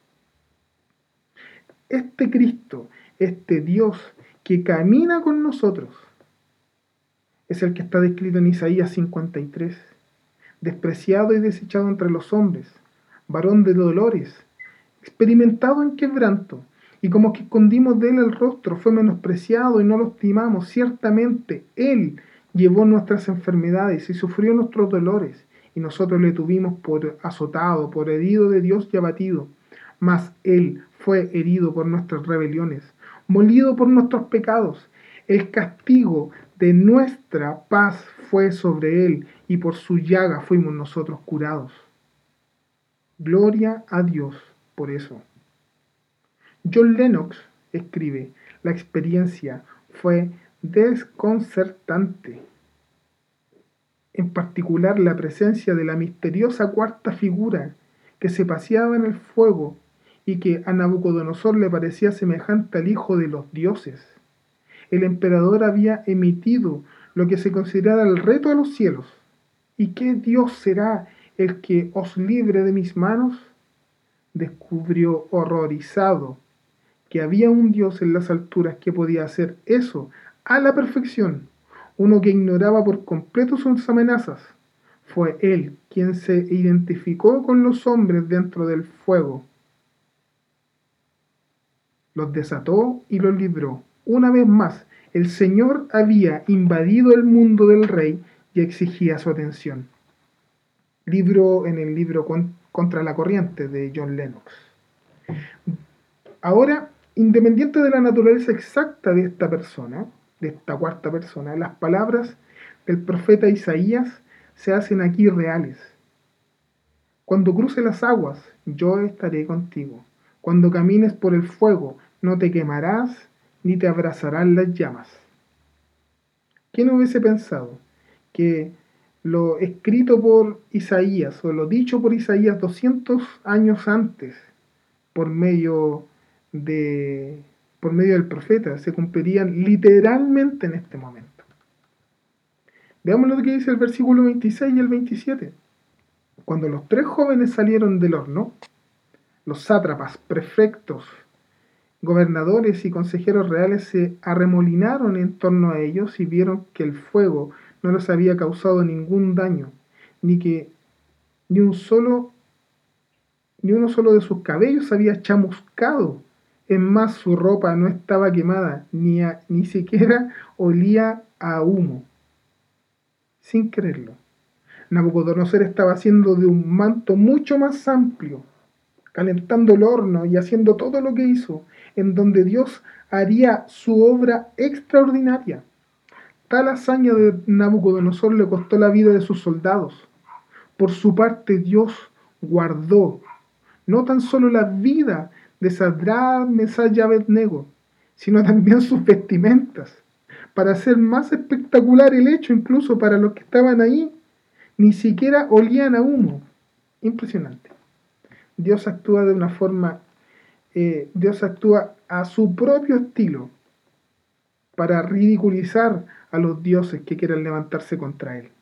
Este Cristo, este Dios que camina con nosotros, es el que está descrito en Isaías 53, despreciado y desechado entre los hombres, varón de dolores, experimentado en quebranto, y como que escondimos de él el rostro, fue menospreciado y no lo estimamos. Ciertamente, él llevó nuestras enfermedades y sufrió nuestros dolores, y nosotros le tuvimos por azotado, por herido de Dios y abatido. Mas él fue herido por nuestras rebeliones, molido por nuestros pecados. El castigo de nuestra paz fue sobre él, y por su llaga fuimos nosotros curados. Gloria a Dios por eso. John Lennox escribe: la experiencia fue desconcertante. En particular, la presencia de la misteriosa cuarta figura que se paseaba en el fuego y que a Nabucodonosor le parecía semejante al hijo de los dioses. El emperador había emitido lo que se consideraba el reto a los cielos. ¿Y qué Dios será el que os libre de mis manos? Descubrió horrorizado que había un Dios en las alturas que podía hacer eso a la perfección, uno que ignoraba por completo sus amenazas. Fue él quien se identificó con los hombres dentro del fuego, los desató y los libró. Una vez más, el Señor había invadido el mundo del rey y exigía su atención. En el libro Contra la corriente de John Lennox. Ahora, independiente de la naturaleza exacta de esta persona, de esta cuarta persona, las palabras del profeta Isaías se hacen aquí reales. Cuando cruces las aguas, yo estaré contigo. Cuando camines por el fuego, no te quemarás ni te abrazarán las llamas. ¿Quién hubiese pensado que lo escrito por Isaías o lo dicho por Isaías 200 años antes por medio del profeta se cumplirían literalmente en este momento? Veamos lo que dice el versículo 26 y el 27. Cuando los 3 jóvenes salieron del horno, los sátrapas, prefectos, gobernadores y consejeros reales se arremolinaron en torno a ellos y vieron que el fuego no les había causado ningún daño, ni que ni uno solo de sus cabellos había chamuscado. Es más, su ropa no estaba quemada, ni siquiera olía a humo. Sin creerlo, Nabucodonosor estaba haciendo de un manto mucho más amplio, calentando el horno y haciendo todo lo que hizo, en donde Dios haría su obra extraordinaria. Tal hazaña de Nabucodonosor le costó la vida de sus soldados. Por su parte, Dios guardó no tan solo la vida de Sadrach, Mesach y Abednego, sino también sus vestimentas, para hacer más espectacular el hecho, incluso para los que estaban ahí, ni siquiera olían a humo. Impresionante. Dios actúa de una forma, Dios actúa a su propio estilo para ridiculizar a los dioses que quieran levantarse contra él.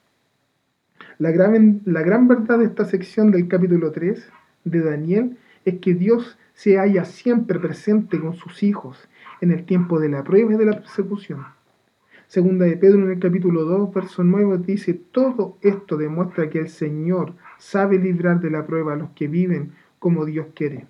La gran verdad de esta sección del capítulo 3 de Daniel es que Dios se halla siempre presente con sus hijos en el tiempo de la prueba y de la persecución. Segunda de Pedro en el capítulo 2, verso 9 dice, todo esto demuestra que el Señor sabe librar de la prueba a los que viven como Dios quiere.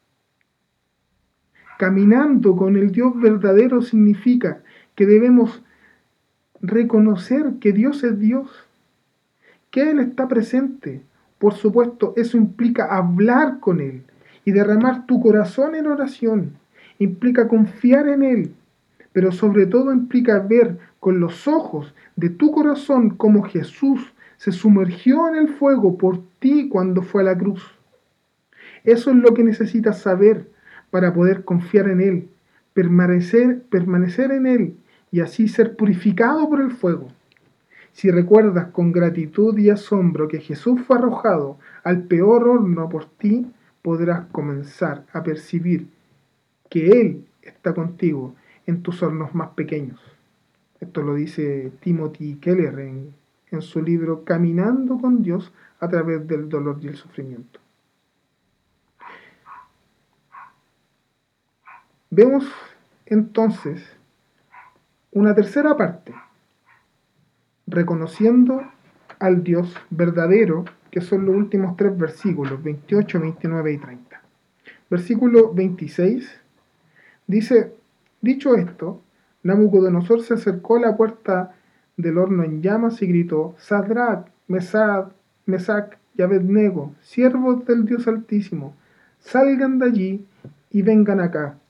Caminando con el Dios verdadero significa que debemos reconocer que Dios es Dios, que Él está presente. Por supuesto, eso implica hablar con Él y derramar tu corazón en oración. Implica confiar en Él, pero sobre todo implica ver con los ojos de tu corazón cómo Jesús se sumergió en el fuego por ti cuando fue a la cruz. Eso es lo que necesitas saber para poder confiar en Él, permanecer en Él y así ser purificado por el fuego. Si recuerdas con gratitud y asombro que Jesús fue arrojado al peor horno por ti, podrás comenzar a percibir que Él está contigo en tus hornos más pequeños. Esto lo dice Timothy Keller en su libro Caminando con Dios a través del dolor y el sufrimiento. Vemos entonces una tercera parte, reconociendo al Dios verdadero, que son los últimos tres versículos, 28, 29 y 30. Versículo 26 dice, dicho esto, Nabucodonosor se acercó a la puerta del horno en llamas y gritó, Sadrach, Mesach y Abednego, siervos del Dios Altísimo, salgan de allí y vengan acá.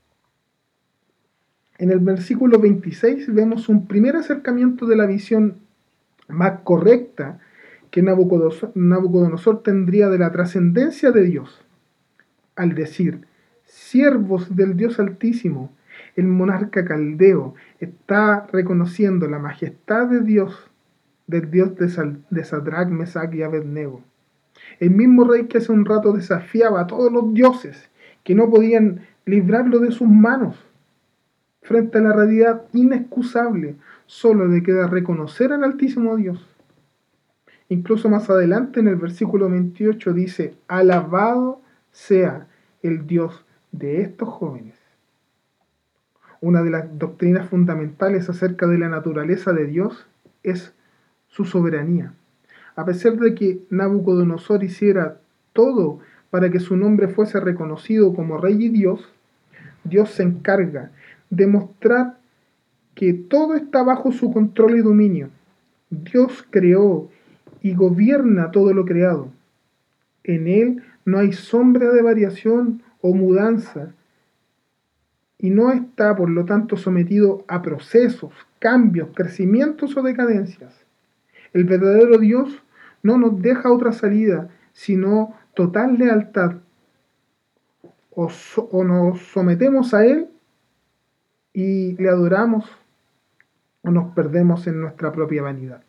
En el versículo 26 vemos un primer acercamiento de la visión más correcta que Nabucodonosor tendría de la trascendencia de Dios. Al decir, siervos del Dios Altísimo, el monarca caldeo está reconociendo la majestad de Dios, del Dios de Sadrach, Mesach y Abednego. El mismo rey que hace un rato desafiaba a todos los dioses que no podían librarlo de sus manos. Frente a la realidad inexcusable, solo le queda reconocer al Altísimo Dios. Incluso más adelante en el versículo 28 dice, alabado sea el Dios de estos jóvenes. Una de las doctrinas fundamentales acerca de la naturaleza de Dios es su soberanía. A pesar de que Nabucodonosor hiciera todo para que su nombre fuese reconocido como rey y Dios, Dios se encarga de mostrar que todo está bajo su control y dominio. Dios creó y gobierna todo lo creado. En Él no hay sombra de variación o mudanza y no está, por lo tanto, sometido a procesos, cambios, crecimientos o decadencias. El verdadero Dios no nos deja otra salida, sino total lealtad. O nos sometemos a Él y le adoramos, o nos perdemos en nuestra propia vanidad.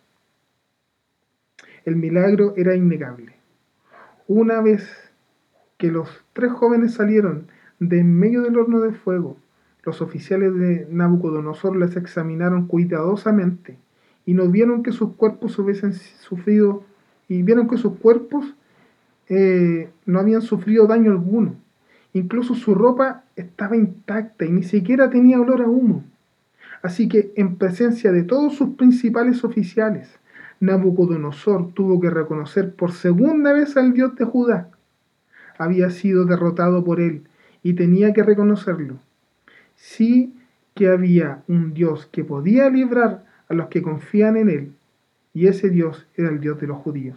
El milagro era innegable. Una vez que los tres jóvenes salieron de en medio del horno de fuego, los oficiales de Nabucodonosor les examinaron cuidadosamente y no vieron que sus cuerpos hubiesen sufrido, y vieron que sus cuerpos no habían sufrido daño alguno. Incluso su ropa estaba intacta y ni siquiera tenía olor a humo. Así que, en presencia de todos sus principales oficiales, Nabucodonosor tuvo que reconocer por segunda vez al Dios de Judá. Había sido derrotado por él y tenía que reconocerlo. Sí que había un Dios que podía librar a los que confían en él, y ese Dios era el Dios de los judíos.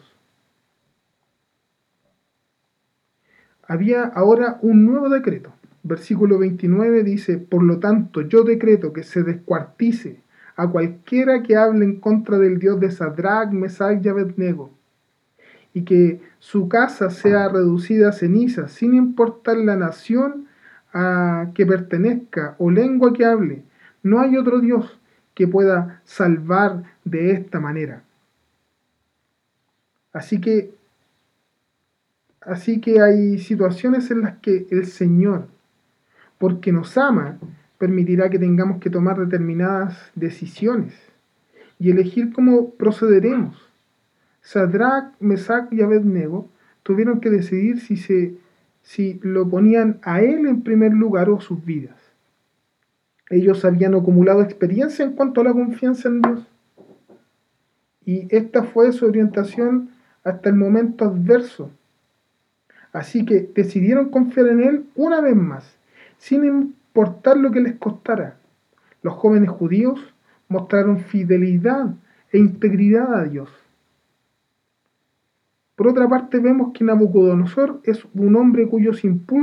Había ahora un nuevo decreto. Versículo 29 dice, por lo tanto yo decreto que se descuartice a cualquiera que hable en contra del Dios de Sadrach, Mesach y Abednego, y que su casa sea reducida a cenizas, sin importar la nación a que pertenezca o lengua que hable. No hay otro Dios que pueda salvar de esta manera. Así que hay situaciones en las que el Señor, porque nos ama, permitirá que tengamos que tomar determinadas decisiones y elegir cómo procederemos. Sadrach, Mesach y Abednego tuvieron que decidir si lo ponían a él en primer lugar o sus vidas. Ellos habían acumulado experiencia en cuanto a la confianza en Dios. Y esta fue su orientación hasta el momento adverso. Así que decidieron confiar en él una vez más, sin importar lo que les costara. Los jóvenes judíos mostraron fidelidad e integridad a Dios. Por otra parte, vemos que Nabucodonosor es un hombre cuyos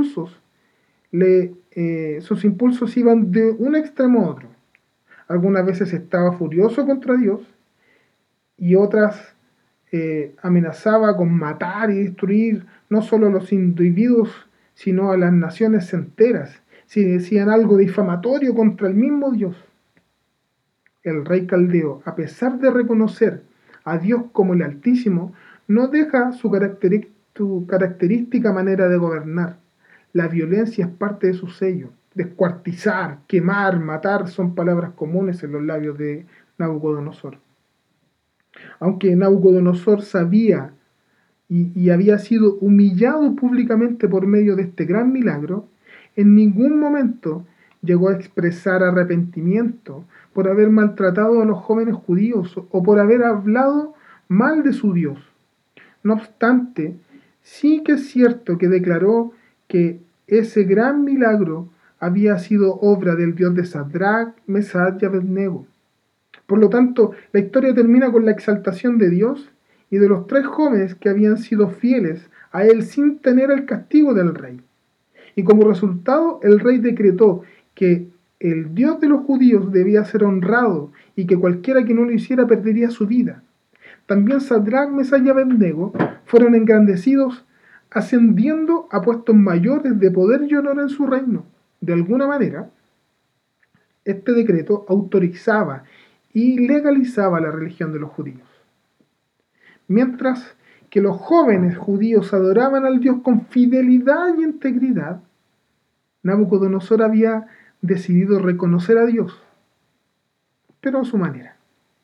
sus impulsos iban de un extremo a otro. Algunas veces estaba furioso contra Dios y otras amenazaba con matar y destruir no solo a los individuos, sino a las naciones enteras, si decían algo difamatorio contra el mismo Dios. El rey caldeo, a pesar de reconocer a Dios como el Altísimo, no deja su característica manera de gobernar. La violencia es parte de su sello. Descuartizar, quemar, matar son palabras comunes en los labios de Nabucodonosor. Aunque Nabucodonosor sabía y había sido humillado públicamente por medio de este gran milagro, en ningún momento llegó a expresar arrepentimiento por haber maltratado a los jóvenes judíos o por haber hablado mal de su Dios. No obstante, sí que es cierto que declaró que ese gran milagro había sido obra del Dios de Sadrach, Mesach y Abednego. Por lo tanto, la historia termina con la exaltación de Dios y de los tres jóvenes que habían sido fieles a él sin tener el castigo del rey. Y como resultado, el rey decretó que el Dios de los judíos debía ser honrado y que cualquiera que no lo hiciera perdería su vida. También Sadrach, Mesach y Abednego fueron engrandecidos, ascendiendo a puestos mayores de poder y honor en su reino. De alguna manera, este decreto autorizaba y legalizaba la religión de los judíos. Mientras que los jóvenes judíos adoraban al Dios con fidelidad y integridad, Nabucodonosor había decidido reconocer a Dios, pero a su manera.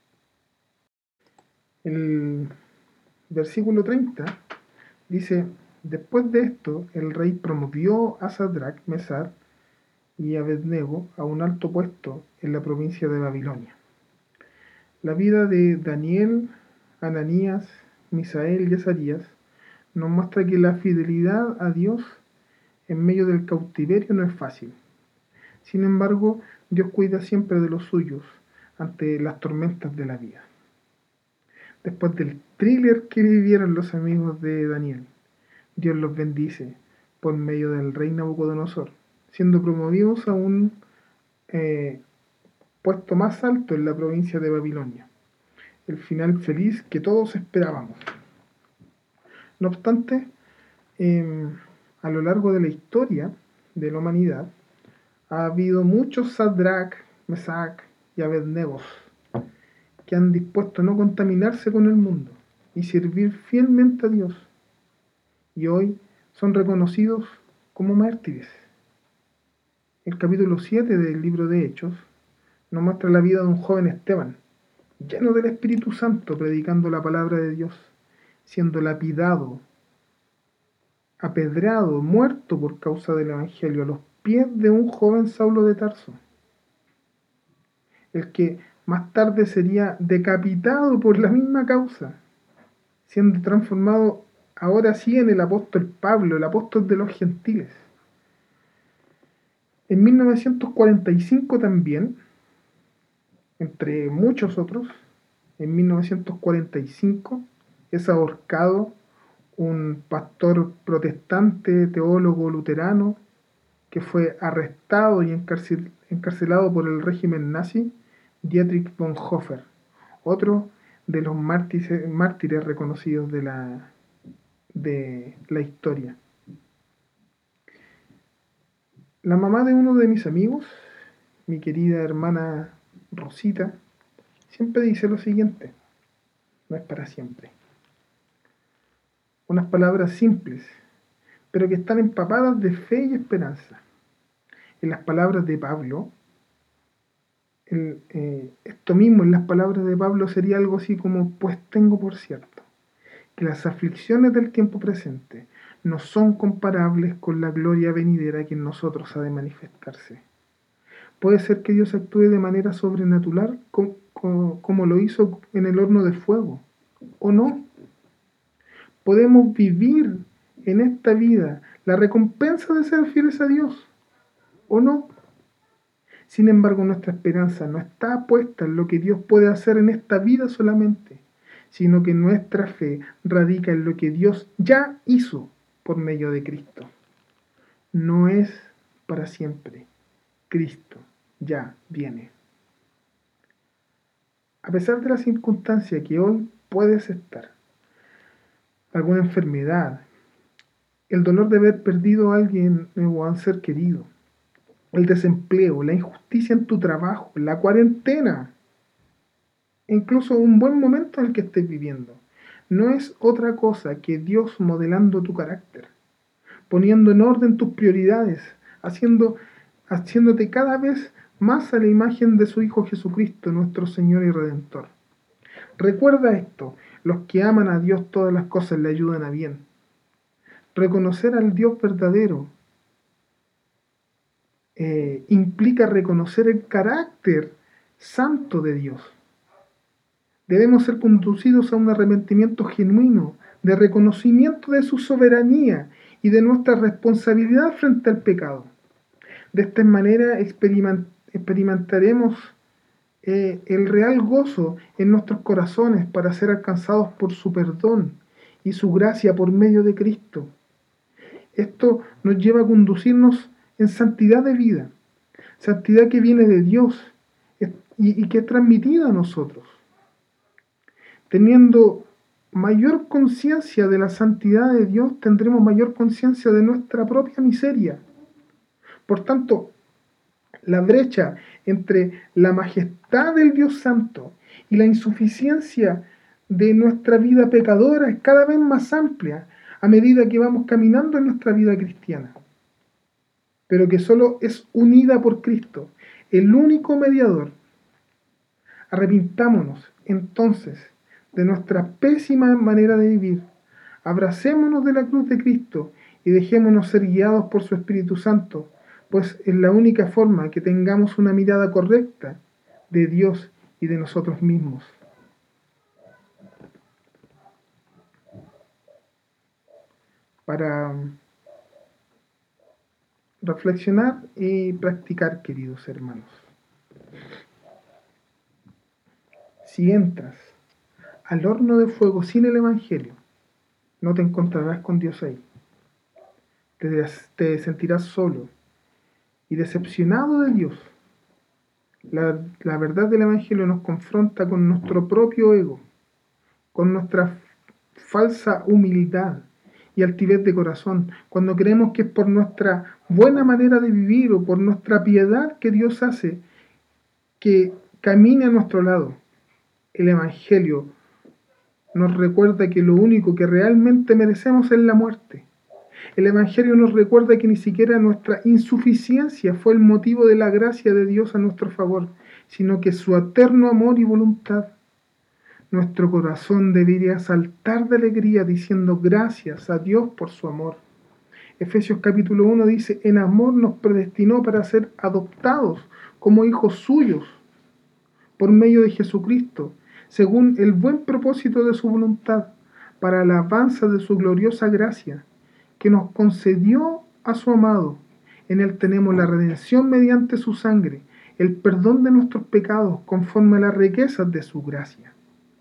El versículo 30 dice: después de esto, el rey promovió a Sadrach, Mesach y Abednego a un alto puesto en la provincia de Babilonia. La vida de Daniel, Ananías, Misael y Azarías nos muestra que la fidelidad a Dios en medio del cautiverio no es fácil. Sin embargo, Dios cuida siempre de los suyos ante las tormentas de la vida. Después del thriller que vivieron los amigos de Daniel, Dios los bendice por medio del rey Nabucodonosor, siendo promovidos a un puesto más alto en la provincia de Babilonia. El final feliz que todos esperábamos. No obstante, a lo largo de la historia de la humanidad, ha habido muchos Sadrach, Mesach y Abednego que han dispuesto a no contaminarse con el mundo y servir fielmente a Dios, y hoy son reconocidos como mártires. El capítulo 7 del libro de Hechos nos muestra la vida de un joven Esteban, lleno del Espíritu Santo, predicando la palabra de Dios, siendo lapidado, apedreado, muerto por causa del Evangelio, a los pies de un joven Saulo de Tarso, el que más tarde sería decapitado por la misma causa, siendo transformado ahora sí en el apóstol Pablo, el apóstol de los gentiles. En 1945 también, entre muchos otros, en 1945 es ahorcado un pastor protestante, teólogo luterano, que fue arrestado y encarcelado por el régimen nazi Dietrich Bonhoeffer, otro de los mártires reconocidos de la historia. La mamá de uno de mis amigos, mi querida hermana Rosita, siempre dice lo siguiente: no es para siempre. Unas palabras simples, pero que están empapadas de fe y esperanza. En las palabras de Pablo, esto mismo en las palabras de Pablo sería algo así como: pues tengo por cierto que las aflicciones del tiempo presente no son comparables con la gloria venidera que en nosotros ha de manifestarse. Puede ser que Dios actúe de manera sobrenatural como lo hizo en el horno de fuego, o no. Podemos vivir en esta vida la recompensa de ser fieles a Dios, o no. Sin embargo, nuestra esperanza no está puesta en lo que Dios puede hacer en esta vida solamente, sino que nuestra fe radica en lo que Dios ya hizo por medio de Cristo. No es para siempre. Cristo ya viene. A pesar de la circunstancia que hoy puedes estar, alguna enfermedad, el dolor de haber perdido a alguien o a un ser querido, el desempleo, la injusticia en tu trabajo, la cuarentena, incluso un buen momento en el que estés viviendo, no es otra cosa que Dios modelando tu carácter, poniendo en orden tus prioridades, haciéndote cada vez más a la imagen de su Hijo Jesucristo, nuestro Señor y Redentor. Recuerda esto: los que aman a Dios, todas las cosas le ayudan a bien. Reconocer al Dios verdadero implica reconocer el carácter santo de Dios. Debemos ser conducidos a un arrepentimiento genuino, de reconocimiento de su soberanía y de nuestra responsabilidad frente al pecado. De esta manera experimentaremos el real gozo en nuestros corazones para ser alcanzados por su perdón y su gracia por medio de Cristo. Esto nos lleva a conducirnos en santidad de vida, santidad que viene de Dios y que es transmitida a nosotros. Teniendo mayor conciencia de la santidad de Dios, tendremos mayor conciencia de nuestra propia miseria. Por tanto, la brecha entre la majestad del Dios Santo y la insuficiencia de nuestra vida pecadora es cada vez más amplia a medida que vamos caminando en nuestra vida cristiana, pero que solo es unida por Cristo, el único mediador. Arrepintámonos entonces de nuestra pésima manera de vivir, abracémonos de la cruz de Cristo y dejémonos ser guiados por su Espíritu Santo, pues es la única forma que tengamos una mirada correcta de Dios y de nosotros mismos. Para reflexionar y practicar, queridos hermanos. Si entras al horno de fuego sin el Evangelio, no te encontrarás con Dios ahí. Te sentirás solo y decepcionado de Dios. La verdad del Evangelio nos confronta con nuestro propio ego, con nuestra falsa humildad y altivez de corazón, cuando creemos que es por nuestra buena manera de vivir o por nuestra piedad que Dios hace que camine a nuestro lado. El Evangelio nos recuerda que lo único que realmente merecemos es la muerte. El Evangelio nos recuerda que ni siquiera nuestra insuficiencia fue el motivo de la gracia de Dios a nuestro favor, sino que su eterno amor y voluntad. Nuestro corazón debería saltar de alegría diciendo gracias a Dios por su amor. Efesios capítulo 1 dice: en amor nos predestinó para ser adoptados como hijos suyos por medio de Jesucristo, según el buen propósito de su voluntad, para la alabanza de su gloriosa gracia, que nos concedió a su amado. En él tenemos la redención mediante su sangre, el perdón de nuestros pecados conforme a las riquezas de su gracia.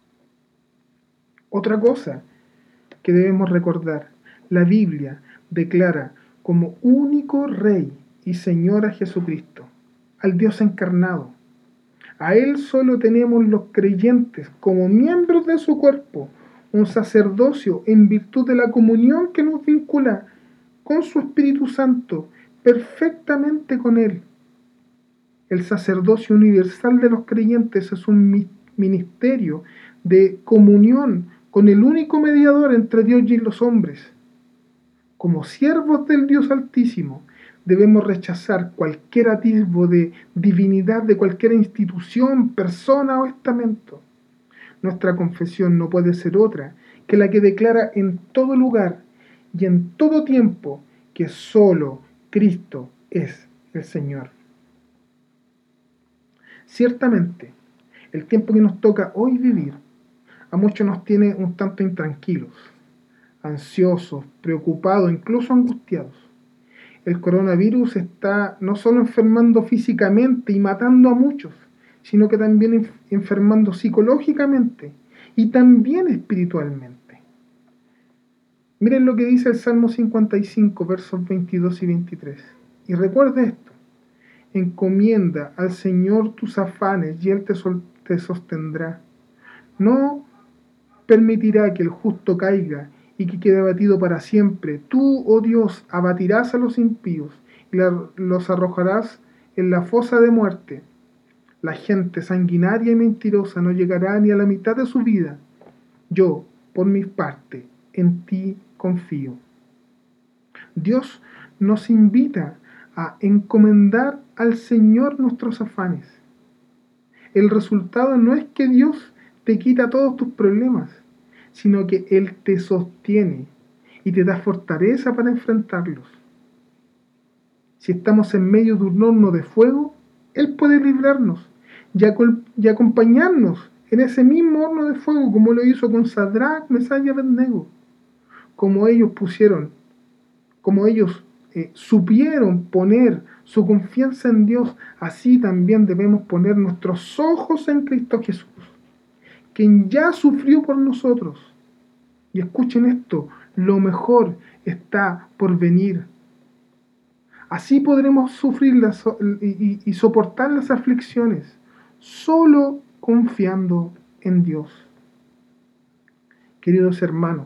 Otra cosa que debemos recordar: la Biblia declara como único Rey y Señor a Jesucristo, al Dios encarnado, A Él solo tenemos los creyentes como miembros de su cuerpo, un sacerdocio en virtud de la comunión que nos vincula con su Espíritu Santo, perfectamente con Él. El sacerdocio universal de los creyentes es un ministerio de comunión con el único mediador entre Dios y los hombres. Como siervos del Dios Altísimo, debemos rechazar cualquier atisbo de divinidad de cualquier institución, persona o estamento. Nuestra confesión no puede ser otra que la que declara en todo lugar y en todo tiempo que solo Cristo es el Señor. Ciertamente, el tiempo que nos toca hoy vivir a muchos nos tiene un tanto intranquilos, ansiosos, preocupados, incluso angustiados. El coronavirus está no solo enfermando físicamente y matando a muchos, sino que también enfermando psicológicamente y también espiritualmente. Miren lo que dice el Salmo 55, versos 22 y 23. Y recuerde esto: encomienda al Señor tus afanes y Él te sostendrá. No permitirá que el justo caiga y que quede abatido para siempre. Tú, oh Dios, abatirás a los impíos y los arrojarás en la fosa de muerte. La gente sanguinaria y mentirosa no llegará ni a la mitad de su vida. Yo, por mi parte, en ti confío. Dios nos invita a encomendar al Señor nuestros afanes. El resultado no es que Dios te quita todos tus problemas, sino que Él te sostiene y te da fortaleza para enfrentarlos. Si estamos en medio de un horno de fuego, Él puede librarnos y acompañarnos en ese mismo horno de fuego, como lo hizo con Sadrach, Mesach y Abednego. Como ellos supieron poner su confianza en Dios, así también debemos poner nuestros ojos en Cristo Jesús, quien ya sufrió por nosotros. Y escuchen esto: lo mejor está por venir. Así podremos sufrir y soportar las aflicciones, solo confiando en Dios. Queridos hermanos,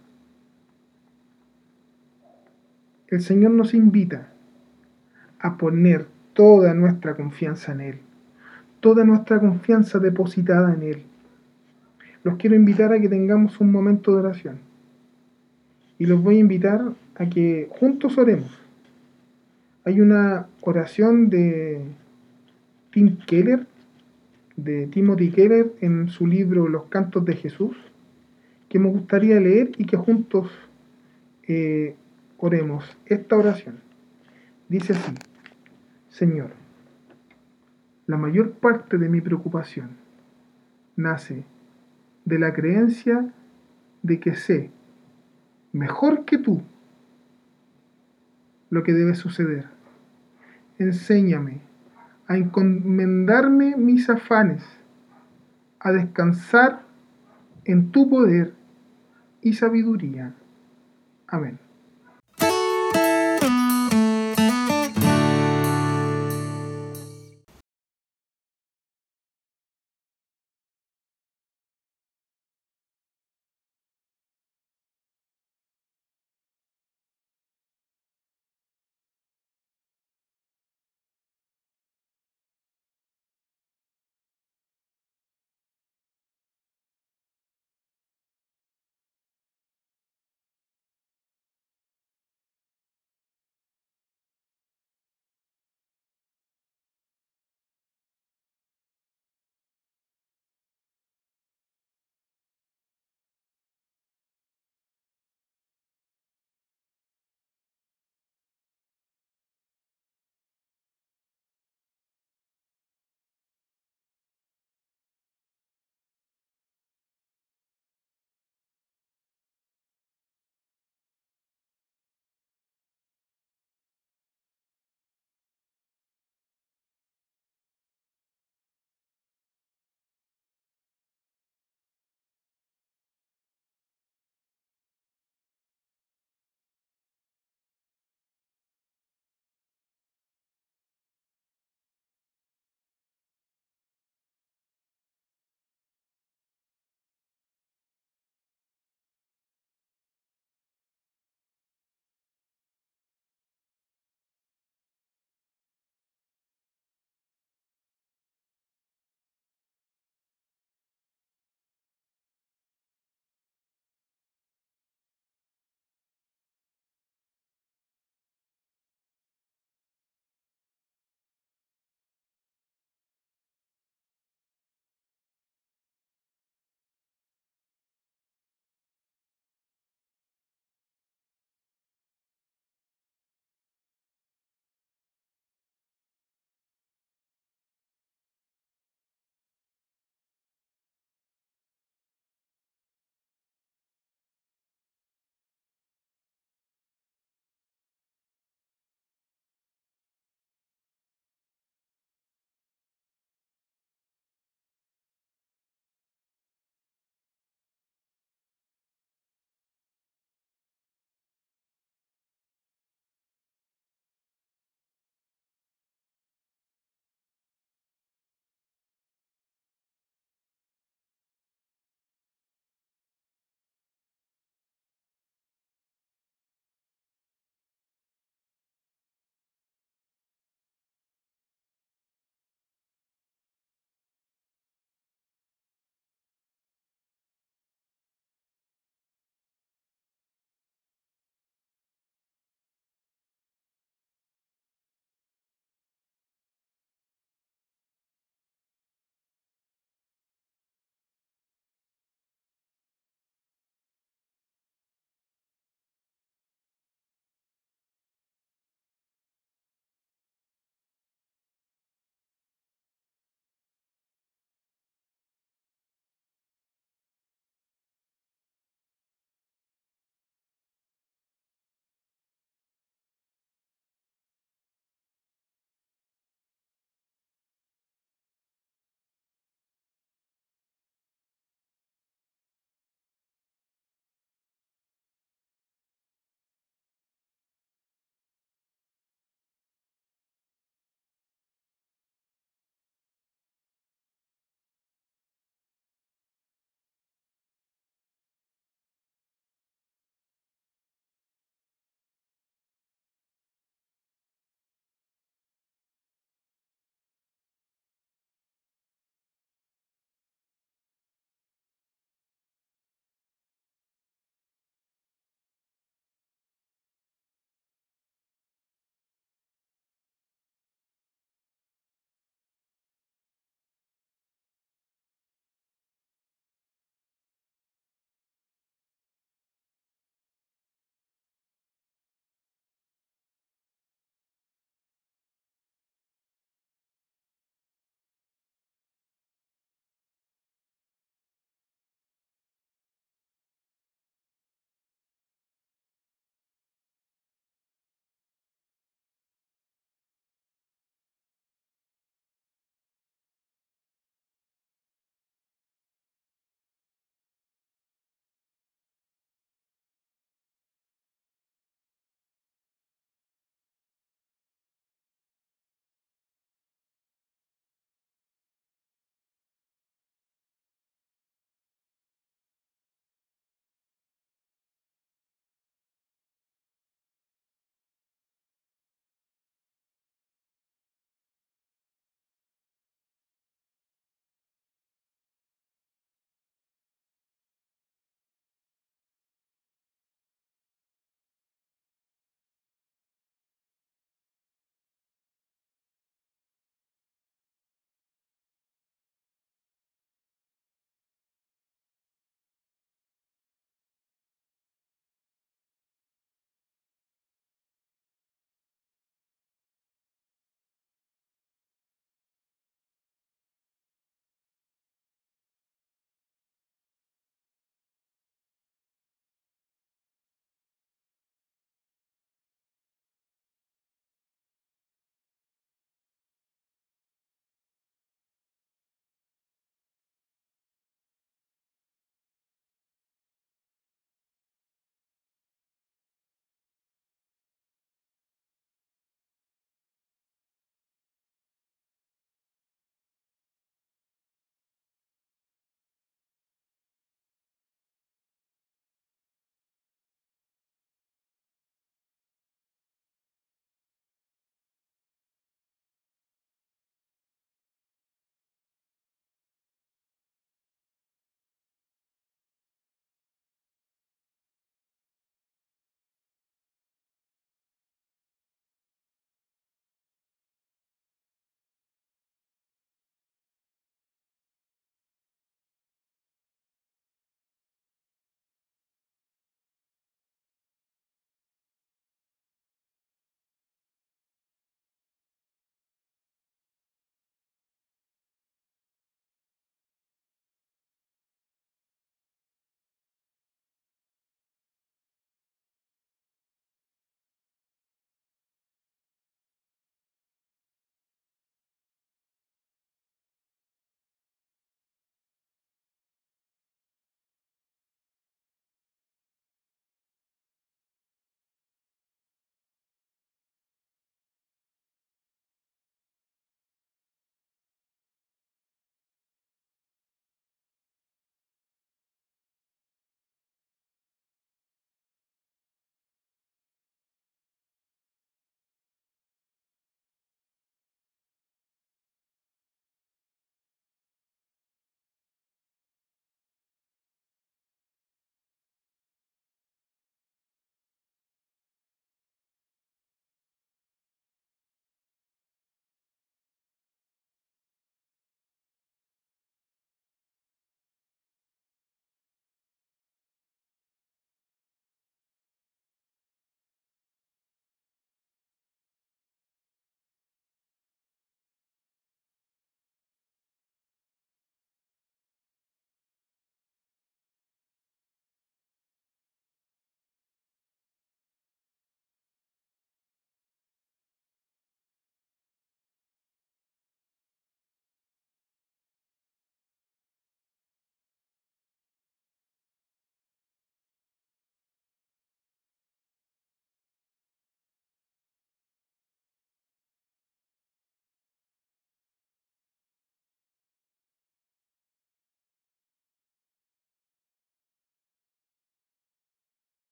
el Señor nos invita a poner toda nuestra confianza en Él, toda nuestra confianza depositada en Él. Los quiero invitar a que tengamos un momento de oración. Y los voy a invitar a que juntos oremos. Hay una oración de Timothy Keller, en su libro Los Cantos de Jesús, que me gustaría leer y que juntos oremos esta oración. Dice así: Señor, la mayor parte de mi preocupación nace de la creencia de que sé mejor que tú lo que debe suceder. Enséñame a encomendarme mis afanes, a descansar en tu poder y sabiduría. Amén.